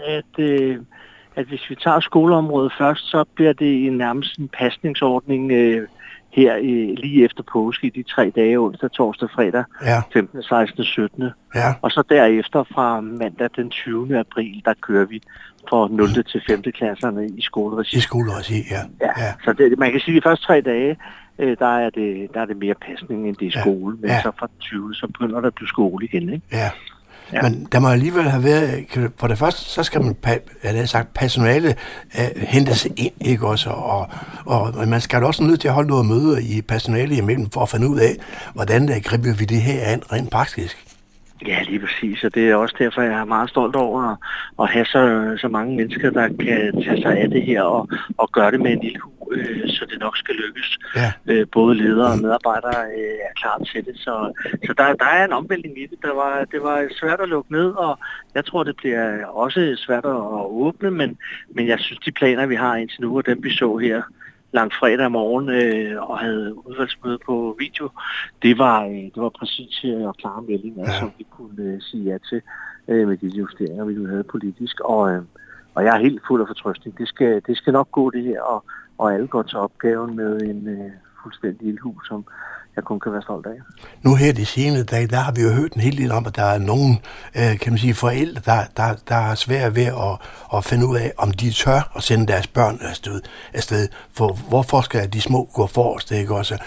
at hvis vi tager skoleområdet først, så bliver det nærmest en pasningsordning her lige efter påske i de 3 dage, onsdag, torsdag, fredag, 15., 16., 17. Ja. Og så derefter fra mandag den 20. april, der kører vi fra 0. til 5. klasserne i skoleregi. I skoleregi, ja. Så man kan sige, at de første 3 dage, der er det mere pasning, end det er skole. Men så fra 20, så begynder der at blive skole igen, ikke? Ja. Men der må alligevel have været, for det første, så skal man, personale hentes ind, ikke også? Og man skal også nødt til at holde noget møder i personale imellem, for at finde ud af, hvordan griber vi det her an rent praktisk. Ja, lige præcis, og det er også derfor, jeg er meget stolt over at have så mange mennesker, der kan tage sig af det her og gøre det med en lille så det nok skal lykkes. Ja. Både ledere og medarbejdere er klar til det, så der er en omvæltning i det. Det var svært at lukke ned, og jeg tror, det bliver også svært at åbne, men jeg synes, de planer, vi har indtil nu, og dem vi så her langfredag morgen og havde udvalgsmøde på video, det var præcis klare meldinger, som vi kunne sige ja til med de justeringer, vi nu havde politisk. Og jeg er helt fuld af fortrøstning. Det skal nok gå det her, og alle går til opgaven med en fuldstændig ildhus, som jeg kun kan være stolt af. Nu her de senere dage, der har vi jo hørt en hel del om, at der er nogle, kan man sige, forældre, der er svært ved at finde ud af, om de tør at sende deres børn afsted. For hvorfor skal de små gå forrest, ikke også?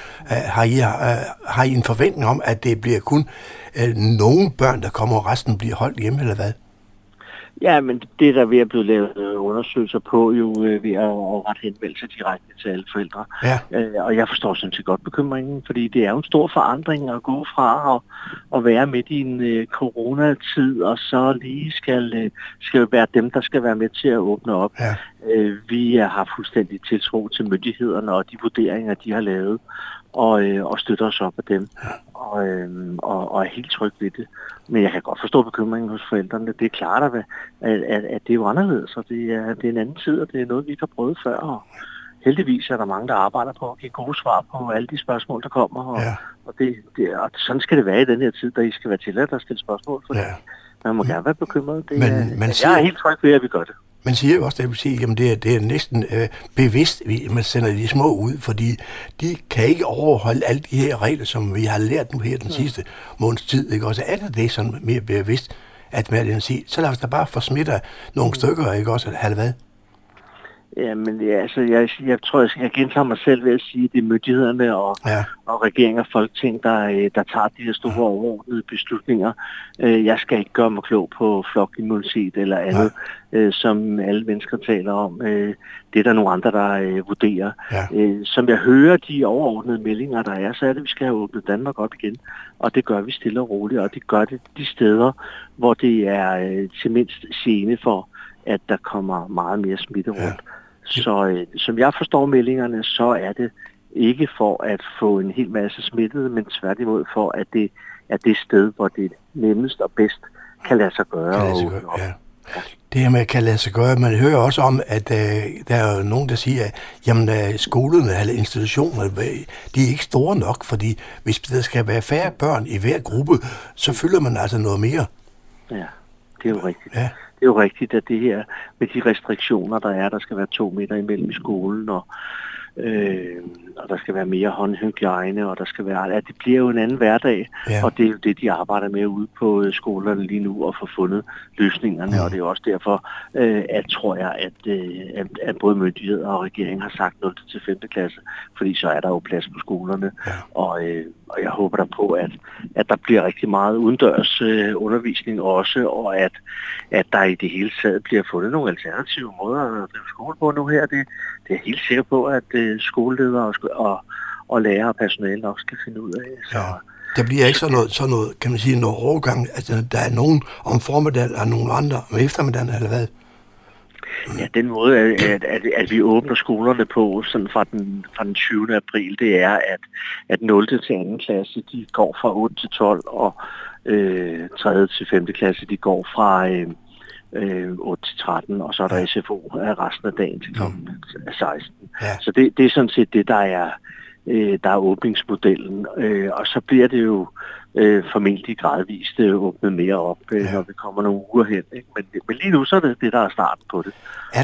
Har I en forventning om, at det bliver kun nogle børn, der kommer, og resten bliver holdt hjemme, eller hvad? Ja, men det der ved at blive lavet undersøgelser på, jo ved at rette henvendelse direkte til alle forældre. Ja. Og jeg forstår sådan set godt bekymringen, fordi det er jo en stor forandring at gå fra at være midt i en coronatid, og så lige skal være dem, der skal være med til at åbne op. Ja. Vi har fuldstændig tiltro til myndighederne og de vurderinger, de har lavet, og støtter os op af dem, og er helt tryg ved det. Men jeg kan godt forstå bekymringen hos forældrene. Det er klart, at det er jo anderledes, og det er en anden tid, og det er noget, vi ikke har prøvet før. Og heldigvis er der mange, der arbejder på at give gode svar på alle de spørgsmål, der kommer. Og sådan skal det være i den her tid, der I skal være tilladt at stille spørgsmål, for man må gerne være bekymret. Jeg er helt tryg ved, at vi gør det. Man siger jo også, at det er næsten bevidst, at man sender de små ud, fordi de kan ikke overholde alle de her regler, som vi har lært nu her den sidste måneds tid. Ikke? Også er det sådan mere bevidst, at man siger, så lad os da bare få smittet nogle stykker, ikke også, eller hvad? Jamen, jeg tror, jeg gentager mig selv ved at sige, at det er myndighederne og regering og folketing, der tager de her store overordnede beslutninger. Jeg skal ikke gøre mig klog på flokimmunitet eller andet, som alle mennesker taler om. Det er der nogle andre, der vurderer. Ja. Som jeg hører de overordnede meldinger, der er, så er det, at vi skal have åbnet Danmark op igen. Og det gør vi stille og roligt, og det gør det de steder, hvor det er til mindst gene for, at der kommer meget mere smitte rundt. Ja. Så som jeg forstår meldingerne, så er det ikke for at få en hel masse smittede, men tværtimod for, at det er det sted, hvor det nemmest og bedst kan lade sig gøre. Ja. Det her med kan lade sig gøre, man hører også om, at der er nogen, der siger, at jamen, skolerne eller institutionerne, de er ikke store nok, fordi hvis der skal være færre børn i hver gruppe, så fylder man altså noget mere. Ja, det er jo rigtigt. Ja. Det er jo rigtigt, at det her med de restriktioner, der skal være 2 meter imellem i skolen, og der skal være mere håndhygiejne, og der skal være, at det bliver jo en anden hverdag, og det er jo det, de arbejder med ude på skolerne lige nu, og få fundet løsningerne, og det er også derfor, tror jeg, at både myndigheder og regeringen har sagt 0. til 5. klasse, fordi så er der jo plads på skolerne, og jeg håber der på, at der bliver rigtig meget udendørs undervisning også, og at der i det hele taget bliver fundet nogle alternative måder at drive skole på nu her. Det er jeg helt sikker på, at skoleledere og lærere og personale nok skal finde ud af. Så. Ja. Der bliver ikke sådan noget, kan man sige, noget overgang. Altså, der er nogen om formiddagen og nogle andre om eftermiddagen, eller hvad? Ja, den måde, at vi åbner skolerne på sådan fra den 20. april, det er, at 0. til 2. klasse, de går fra 8 til 12, og 3. til 5. klasse, de går fra 8 til 13, og så er der SFO resten af dagen til kl. 16. Ja. Så det er sådan set det, der er åbningsmodellen, og så bliver det jo formentlig gradvist åbnet mere op, når vi kommer nogle uger hen. Ikke? Men lige nu så er det der er starten på det.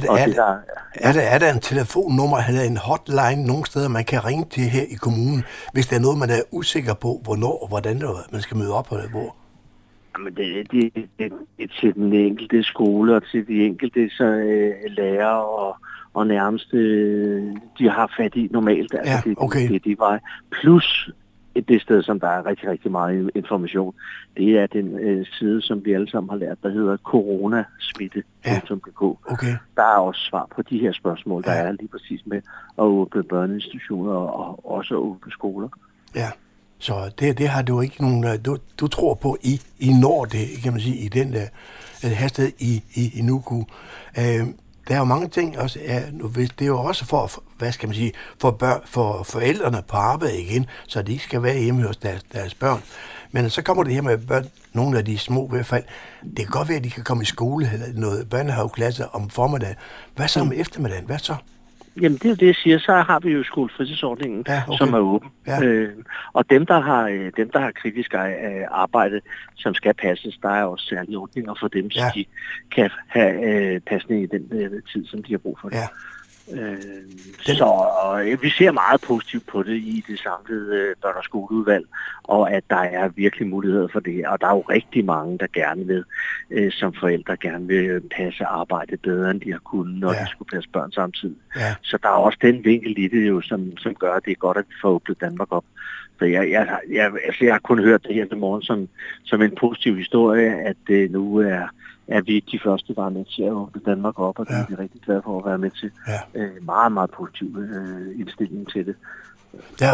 Er der en telefonnummer eller en hotline nogle steder, man kan ringe til her i kommunen, hvis der er noget, man er usikker på, hvornår og hvordan man skal møde op, eller hvor? Jamen det er til den enkelte skole og til de enkelte lærere og nærmest de har fat i normalt. Altså det er de vej. Plus det sted, som der er rigtig, rigtig meget information, det er den side, som vi alle sammen har lært, der hedder coronasmitte.dk. Okay. Der er også svar på de her spørgsmål, der er lige præcis med at åbne børneinstitutioner og også åbne skoler. Ja, så det har du ikke nogen... Du tror på, I når det, kan man sige, i den der hastighed i Nuku. Der er jo mange ting også. Det er jo også for, hvad skal man sige, for forældrene på arbejde igen, så de ikke skal være hjemme hos deres børn. Men så kommer det her med børn, nogle af de små i hvert fald. Det kan godt være, at de kan komme i skole eller noget børnehaveklasse om formiddagen. Hvad så om eftermiddagen? Hvad så? Jamen det er jo det, jeg siger. Så har vi jo skolefritidsordningen, som er åben. Ja. Og dem, der har kritisk arbejde, som skal passes, der er også særlige ordninger for dem, så de kan have pasning i den tid, som de har brug for det. Ja. Så vi ser meget positivt på det i det samlede børn- og skoleudvalg, og at der er virkelig muligheder for det. Og der er jo rigtig mange, der gerne vil, som forældre gerne vil passe arbejde bedre, end de har kunnet, når de skulle passe børn samtidig. Ja. Så der er også den vinkel i det jo, som gør, at det er godt, at vi får åbnet Danmark op. Så jeg har kun hørt det her til morgen som en positiv historie, at nu er vi de første, der er med til at åbne Danmark op, og det er vi rigtig glade for at være med til. Ja. Meget, meget positiv indstilling til det. Der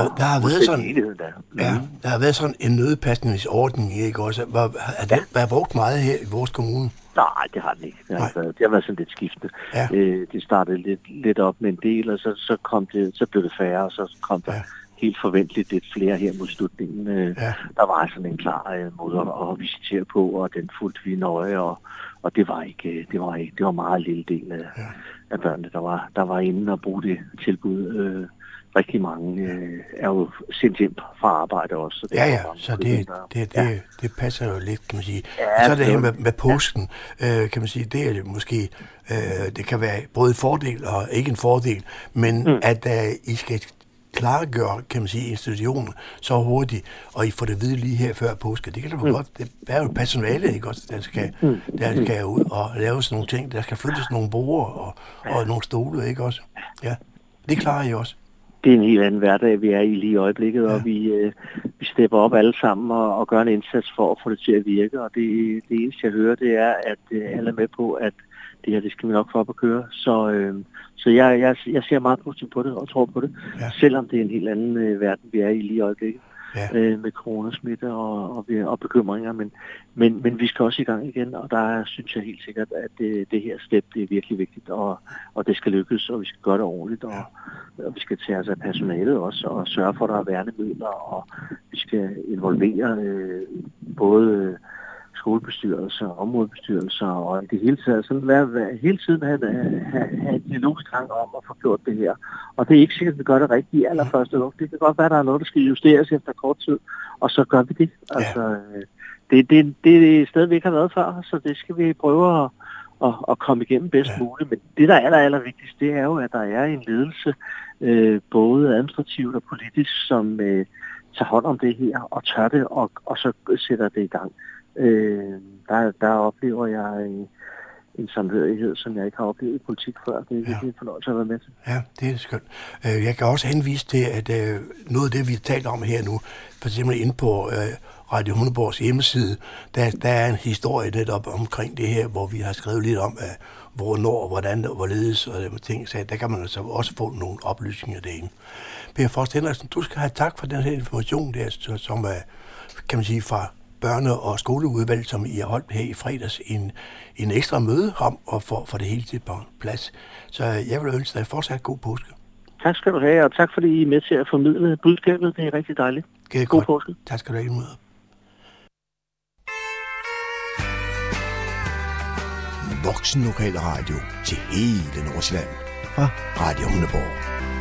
har været sådan en nødpasningsordning, ikke også? Har brugt meget her i vores kommune? Nej, det har den ikke. Det har været sådan lidt skiftende. Ja. Det startede lidt op med en del, og så blev det færre, og så kom der helt forventeligt lidt flere her mod slutningen. Der var sådan en klar måde at visitere på, og den fulgte vi nøje, og det var meget lille del af børnene, der var inde og bruge det tilbud. Rigtig mange er jo sendt hjem fra arbejde også. Så det passer jo lidt, kan man sige. Ja, så er det her med påsken, kan man sige, det er måske, det kan være både en fordel og ikke en fordel, men at I skal klargøre, kan man sige, institutionen så hurtigt, og I får det vide lige her før påske. Det kan da godt. Det er jo personale, ikke også, der skal ud og lave sådan nogle ting. Der skal flyttes nogle borde og nogle stole, ikke også? Ja, det klarer I også. Det er en helt anden hverdag, vi er i lige i øjeblikket, og vi stepper op alle sammen og gør en indsats for at få det til at virke. Og det eneste, jeg hører, det er, at alle er med på, at det her, det skal vi nok få op at køre. Så jeg ser meget positivt på det og tror på det, selvom det er en helt anden verden, vi er i lige i øjeblikket. Med coronasmitte og bekymringer, men vi skal også i gang igen, og der synes jeg helt sikkert, at det her step, det er virkelig vigtigt, og det skal lykkes, og vi skal gøre det ordentligt, og vi skal tage os af personalet også, og sørge for, at der er værnemidler, og vi skal involvere både skolebestyrelser, områdebestyrelser, og i det hele taget sådan hele tiden have en dialog i gang om at få gjort det her. Og det er ikke sikkert, at vi gør det rigtigt i allerførste luft. Det kan godt være, at der er noget, der skal justeres efter kort tid, og så gør vi det. Altså, det er et sted, vi ikke har været før, så det skal vi prøve at komme igennem bedst muligt. Men det, der er aller vigtigst, det er jo, at der er en ledelse, både administrativt og politisk, som tager hånd om det her, og tør det, og så sætter det i gang. Der oplever jeg en samhørighed, som jeg ikke har oplevet i politik før. Det er virkelig en fornøjelse at være med til. Ja, det er skønt. Jeg kan også henvise til, at noget af det, vi taler om her nu, for eksempel inde på Radio Humleborgs hjemmeside, der er en historie netop omkring det her, hvor vi har skrevet lidt om, hvornår, hvordan og hvorledes og ting. Så der kan man altså også få nogle oplysninger derinde. Per Frost Henriksen, du skal have tak for den her information, der, som er, kan man sige, fra børne- og skoleudvalg, som I har holdt her i fredags, en ekstra møde om at få det hele til på plads. Så jeg vil ønske dig fortsat god påske. Tak skal du have, og tak fordi I er med til at formidle budskabet. Det er rigtig dejligt. God påske. Tak skal du have imod. Voksen lokal radio til hele Nordsjælland fra Radio Humleborg.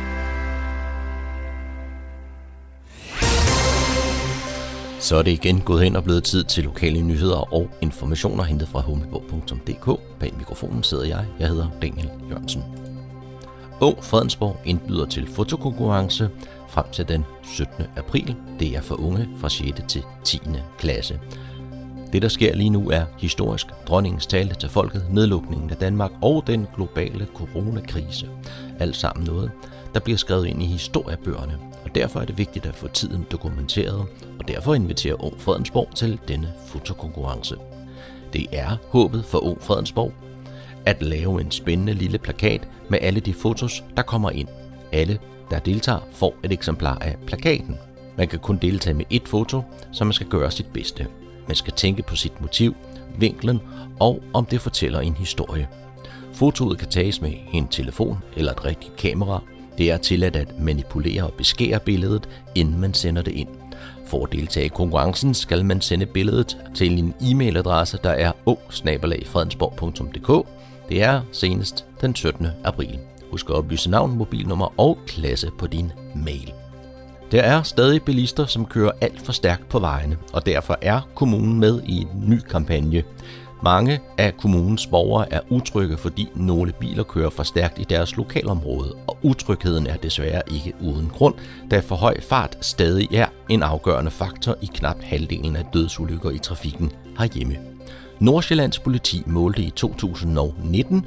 Så er det igen gået hen og blevet tid til lokale nyheder og informationer hentet fra humleborg.dk. Bag mikrofonen sidder jeg hedder Daniel Jørgensen. Ung Fredensborg indbyder til fotokonkurrence frem til den 17. april. Det er for unge fra 6. til 10. klasse. Det, der sker lige nu, er historisk. Dronningens tale til folket, nedlukningen af Danmark og den globale coronakrise. Alt sammen noget, der bliver skrevet ind i historiebøgerne, og derfor er det vigtigt at få tiden dokumenteret, og derfor inviterer Ung Fredensborg til denne fotokonkurrence. Det er håbet for Ung Fredensborg at lave en spændende lille plakat med alle de fotos, der kommer ind. Alle, der deltager, får et eksemplar af plakaten. Man kan kun deltage med ét foto, så man skal gøre sit bedste. Man skal tænke på sit motiv, vinklen og om det fortæller en historie. Fotoet kan tages med en telefon eller et rigtigt kamera. Det er tilladt at manipulere og beskære billedet, inden man sender det ind. For at deltage i konkurrencen skal man sende billedet til en e-mailadresse, der er ung@fredensborg.dk. Det er senest den 17. april. Husk at oplyse navn, mobilnummer og klasse på din mail. Der er stadig bilister, som kører alt for stærkt på vejene, og derfor er kommunen med i en ny kampagne. Mange af kommunens borgere er utrygge, fordi nogle biler kører for stærkt i deres lokalområde, og utrygheden er desværre ikke uden grund, da for høj fart stadig er en afgørende faktor i knap halvdelen af dødsulykker i trafikken herhjemme. Nordsjællands politi målte i 2019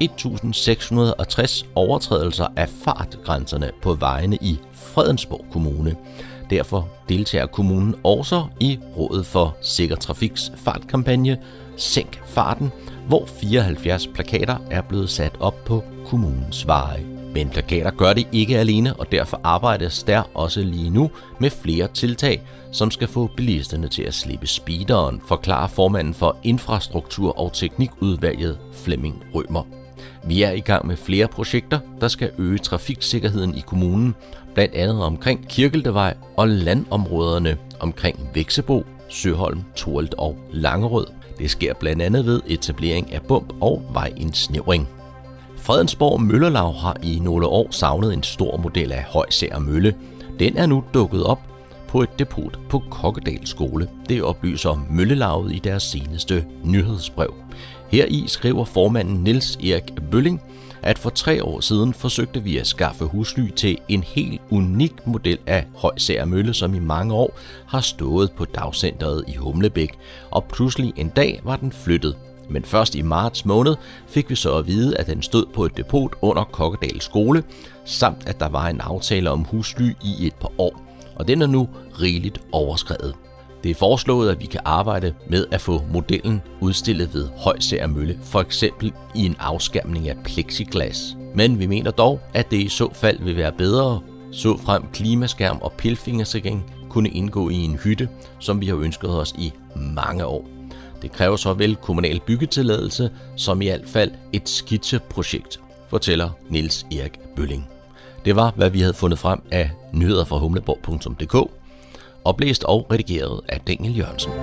1660 overtrædelser af fartgrænserne på vejene i Fredensborg Kommune. Derfor deltager kommunen også i Rådet for Sikker Trafiks fartkampagne Sænk farten, hvor 74 plakater er blevet sat op på kommunens veje. Men plakater gør det ikke alene, og derfor arbejdes der også lige nu med flere tiltag, som skal få bilisterne til at slippe speederen, forklarer formanden for Infrastruktur- og Teknikudvalget Flemming Rømer. Vi er i gang med flere projekter, der skal øge trafiksikkerheden i kommunen, blandt andet omkring Kirkeldevej og landområderne omkring Veksebo, Søholm, Torelt og Langerød. Det sker blandt andet ved etablering af bump- og vejindsnævring. Fredensborg Møllelaug har i nogle år savnet en stor model af Højsager Mølle. Den er nu dukket op på et depot på Kokkedal Skole. Det oplyser Møllelauget i deres seneste nyhedsbrev. Heri skriver formanden Niels Erik Bølling, at for 3 år siden forsøgte vi at skaffe husly til en helt unik model af Højsager Mølle, som i mange år har stået på dagcenteret i Humlebæk, og pludselig en dag var den flyttet. Men først i marts måned fik vi så at vide, at den stod på et depot under Kokkedal Skole, samt at der var en aftale om husly i et par år, og den er nu rigeligt overskredet. Det er foreslået, at vi kan arbejde med at få modellen udstillet ved Højsager Mølle, for eksempel i en afskærmning af plexiglas. Men vi mener dog, at det i så fald vil være bedre, så frem klimaskærm og pilfingersikring kunne indgå i en hytte, som vi har ønsket os i mange år. Det kræver såvel kommunal byggetilladelse som i hvert fald et skitseprojekt, fortæller Niels Erik Bølling. Det var, hvad vi havde fundet frem af nyheder fra humleborg.dk, oplæst og redigeret af Daniel Jørgensen.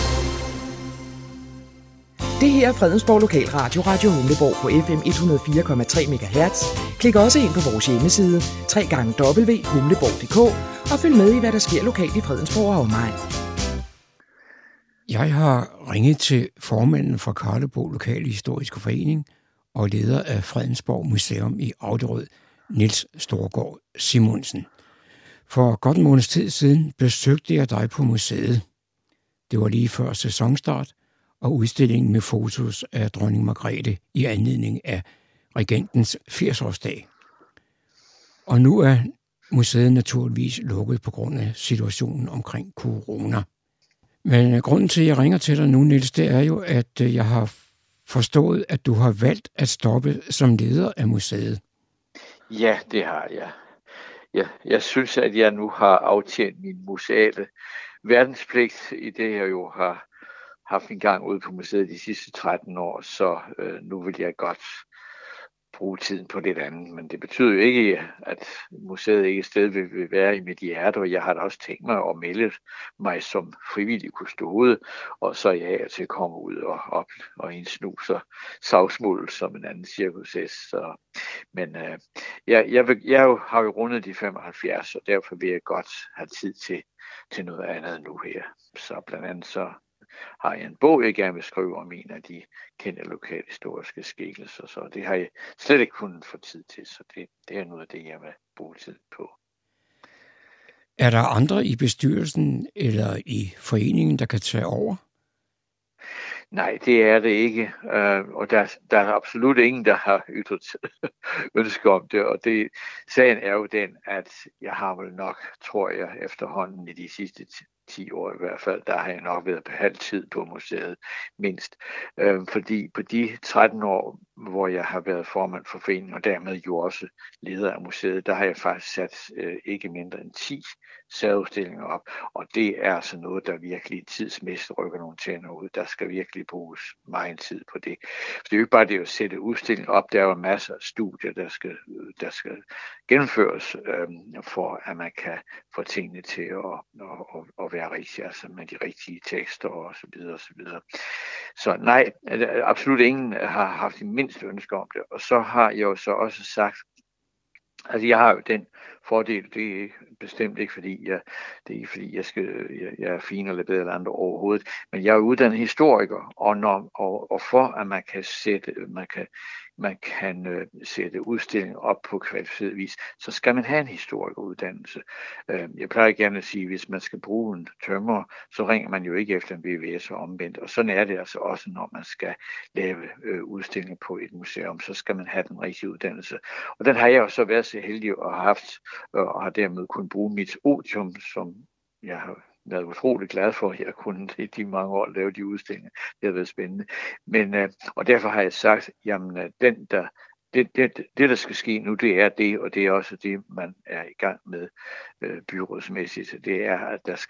Det her er Fredensborg Lokalradio, Radio Humleborg på FM 104,3 MHz. Klik også ind på vores hjemmeside, www.humleborg.dk, og følg med i, hvad der sker lokalt i Fredensborg og omegn. Jeg har ringet til formanden for Karlebo Lokale Historiske Forening og leder af Fredensborg Museum i Auderød, Niels Storgård Simonsen. For godt en måneds tid siden besøgte jeg dig på museet. Det var lige før sæsonstart, og udstillingen med fotos af dronning Margrethe i anledning af regentens 80-årsdag. Og nu er museet naturligvis lukket på grund af situationen omkring corona. Men grunden til, at jeg ringer til dig nu, Niels, det er jo, at jeg har forstået, at du har valgt at stoppe som leder af museet. Ja, det har jeg. Jeg synes, at jeg nu har aftjent min museale verdenspligt, i det jeg jo har haft en gang ude på museet de sidste 13 år, så nu vil jeg godt bruge tiden på lidt andet. Men det betyder jo ikke, at museet ikke stadig vil være i mit hjerte, og jeg har da også tænkt mig at melde mig som frivillig kustode, og så er jeg til at komme ud og indsnuser savsmuld som en anden cirkushest. Men jeg har jo rundet de 75, og derfor vil jeg godt have tid til noget andet nu her. Så blandt andet så har jeg en bog, jeg gerne vil skrive om en af de kendte lokalhistoriske skikkelser, så det har jeg slet ikke kunnet få tid til, så det er noget af det, jeg vil bruge tid på. Er der andre i bestyrelsen eller i foreningen, der kan tage over? Nej, det er det ikke, og der er absolut ingen, der har ytret ønske om det, og sagen er jo den, at jeg har vel nok, tror jeg, efterhånden i de sidste 10 år i hvert fald, der har jeg nok været på halv tid på museet, mindst. Fordi på de 13 år, hvor jeg har været formand for foreningen, og dermed jo også leder af museet, der har jeg faktisk sat ikke mindre end 10 særudstillinger op, og det er altså noget, der virkelig tidsmæssigt rykker nogle tænder ud. Der skal virkelig bruges meget tid på det. Så det er jo ikke bare det at sætte udstilling op, der er jo masser af studier, der skal gennemføres, for at man kan få tingene til at være rigtige, altså med de rigtige tekster og så videre og så videre. Så nej, absolut ingen har haft det mindste ønske om det, og så har jeg jo så også sagt, altså jeg har jo den fordel, det er bestemt ikke fordi jeg er fin eller bedre eller andre overhovedet, men jeg er uddannet historiker, og for at man kan sætte udstillinger op på kvalificeret vis, så skal man have en historikeruddannelse. Jeg plejer gerne at sige, at hvis man skal bruge en tømrer, så ringer man jo ikke efter en VVS og omvendt, og sådan er det altså også, når man skal lave udstillinger på et museum, så skal man have den rigtige uddannelse. Og den har jeg jo så været så heldig og haft, og har dermed kunnet bruge mit odium, som jeg har været utrolig glad for, at jeg kunne i de mange år lave de udstillinger. Det har været spændende. Men, og derfor har jeg sagt, jamen det der skal ske nu, det er det, og det er også det, man er i gang med byrådsmæssigt. Det er, at der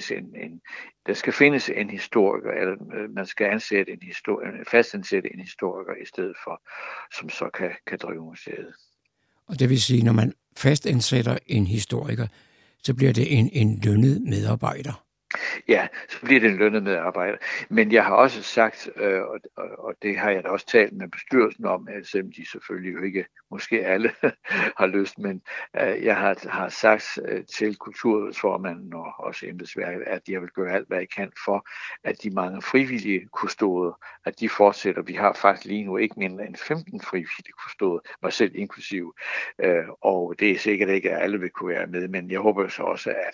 skal findes en historiker, eller man skal fastansætte en historiker i stedet for, som så kan drive museet. Og det vil sige, når man fastansætter en historiker, så bliver det en lønnet medarbejder. Ja, så bliver det en lønnet medarbejder. Men jeg har også sagt, og det har jeg da også talt med bestyrelsen om, at selvom de selvfølgelig jo ikke, måske alle har lyst, men jeg har sagt til kulturudvalgsformanden og også embedsværket, at jeg vil gøre alt, hvad jeg kan for, at de mange frivillige kustoder, at de fortsætter. Vi har faktisk lige nu ikke mindre end 15 frivillige kustoder, mig selv inklusiv, og det er sikkert ikke, at alle vil kunne være med, men jeg håber så også, at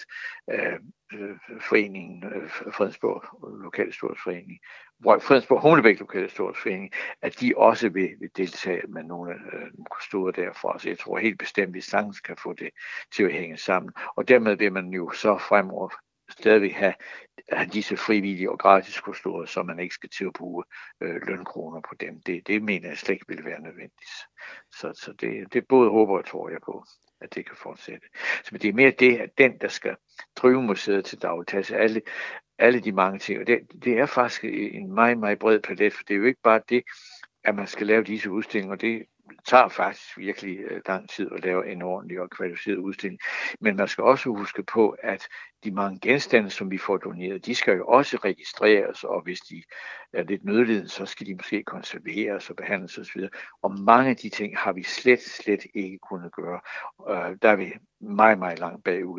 foreningen, Fredensborg Lokalhistorisk Forening, Fredensborg Humlebæk Lokalhistorisk Forening, at de også vil deltage med nogle af kustoder derfra. Så jeg tror helt bestemt, at vi sagtens kan få det til at hænge sammen. Og dermed vil man jo så fremover stadigvæk have disse frivillige og gratis kustoder, så man ikke skal til at bruge lønkroner på dem. Det mener jeg slet ikke vil være nødvendigt. Så det både håber og tror jeg på, at det kan fortsætte. Så det er mere det, at den, der skal drive museet til daglig, tage alle de mange ting. Og det er faktisk en meget, meget bred palet, for det er jo ikke bare det, at man skal lave disse udstillinger. Det tager faktisk virkelig lang tid at lave en ordentlig og kvalificeret udstilling. Men man skal også huske på, at de mange genstande, som vi får doneret, de skal jo også registreres, og hvis de er lidt nødlidende, så skal de måske konserveres og behandles osv. Og mange af de ting har vi slet ikke kunnet gøre. Der er vi meget, meget langt bagud.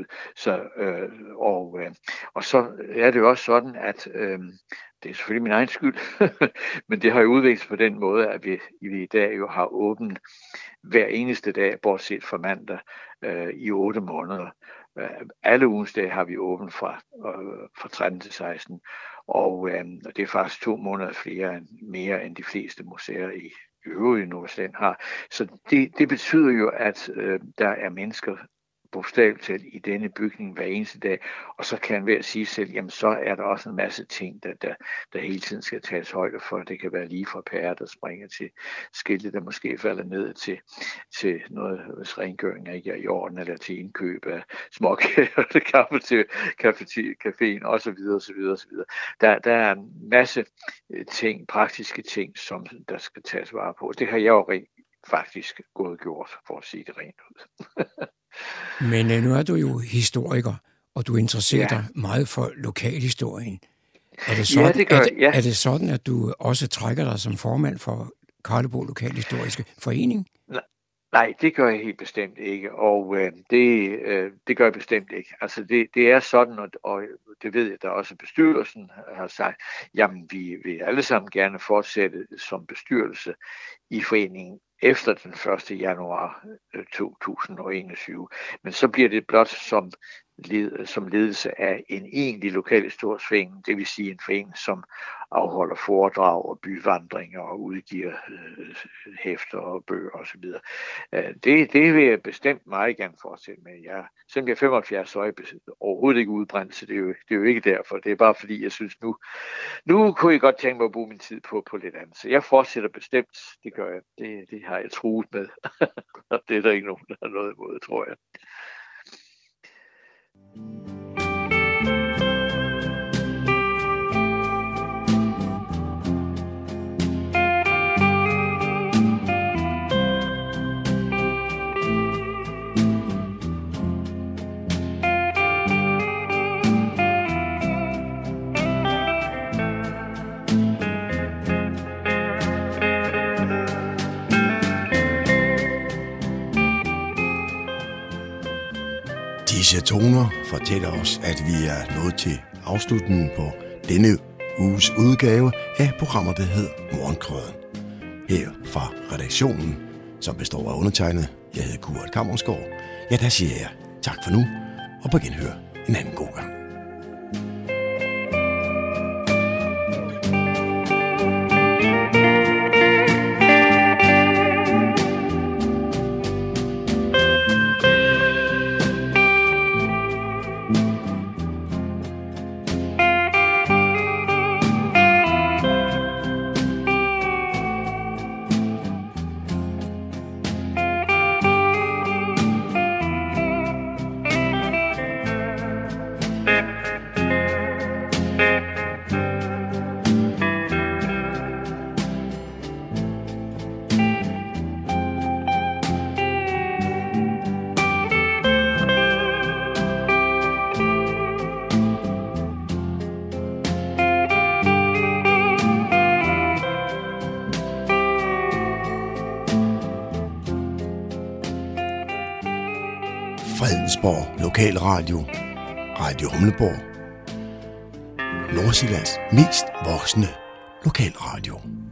Og så er det jo også sådan, at det er selvfølgelig min egen skyld, men det har jo udviklet sig på den måde, at vi i dag jo har åbent hver eneste dag, bortset fra mandag, i 8 måneder. Alle ugens dage har vi åbent fra 13 til 16, og det er faktisk 2 måneder mere end de fleste museer i øvrige Nordsjælland har. Så det betyder jo, at der er mennesker bogstaveligt talt i denne bygning hver eneste dag, og så kan hver sige selv, jamen så er der også en masse ting, der hele tiden skal tages højde for. Det kan være lige fra pærer, der springer til skilte, der måske falder ned til noget, hvis rengøring ikke er i orden, eller til indkøb af småkager, kaffe til caféen, osv. Der er en masse ting, praktiske ting, som der skal tages vare på. Det har jeg jo faktisk gjort, for at sige det rent ud. Men nu er du jo historiker, og du interesserer dig meget for lokalhistorien. Er det sådan, at du også trækker dig som formand for Karlebo Lokalhistoriske Forening? Nej, det gør jeg helt bestemt ikke, og det gør jeg bestemt ikke. Altså det er sådan, og det ved jeg, der også bestyrelsen har sagt, jamen vi vil alle sammen gerne fortsætte som bestyrelse i foreningen efter den 1. januar 2021. Men så bliver det blot som som ledelse af en egentlig lokalhistorisk, det vil sige en forening, som afholder foredrag og byvandringer og udgiver hæfter og bøger osv. Det vil jeg bestemt meget gerne fortsætte med. Selvom jeg er 75, så er jeg overhovedet ikke udbrændt, så det er jo ikke derfor. Det er bare fordi, jeg synes, nu kunne jeg godt tænke mig at bruge min tid på lidt andet. Så jeg fortsætter bestemt, det gør jeg. Det har jeg truet med. Og det er der ikke nogen, der har noget imod, tror jeg. Disse toner fortæller os, at vi er nået til afslutningen på denne uges udgave af programmet, der hedder Morgenkrøden. Her fra redaktionen, som består af undertegnet, jeg hedder Kurt Kammersgaard. Ja, der siger jeg tak for nu, og på genhør en anden god gang. Fredensborg Lokalradio, Radio Humleborg, Nordsjællands mest voksne lokalradio.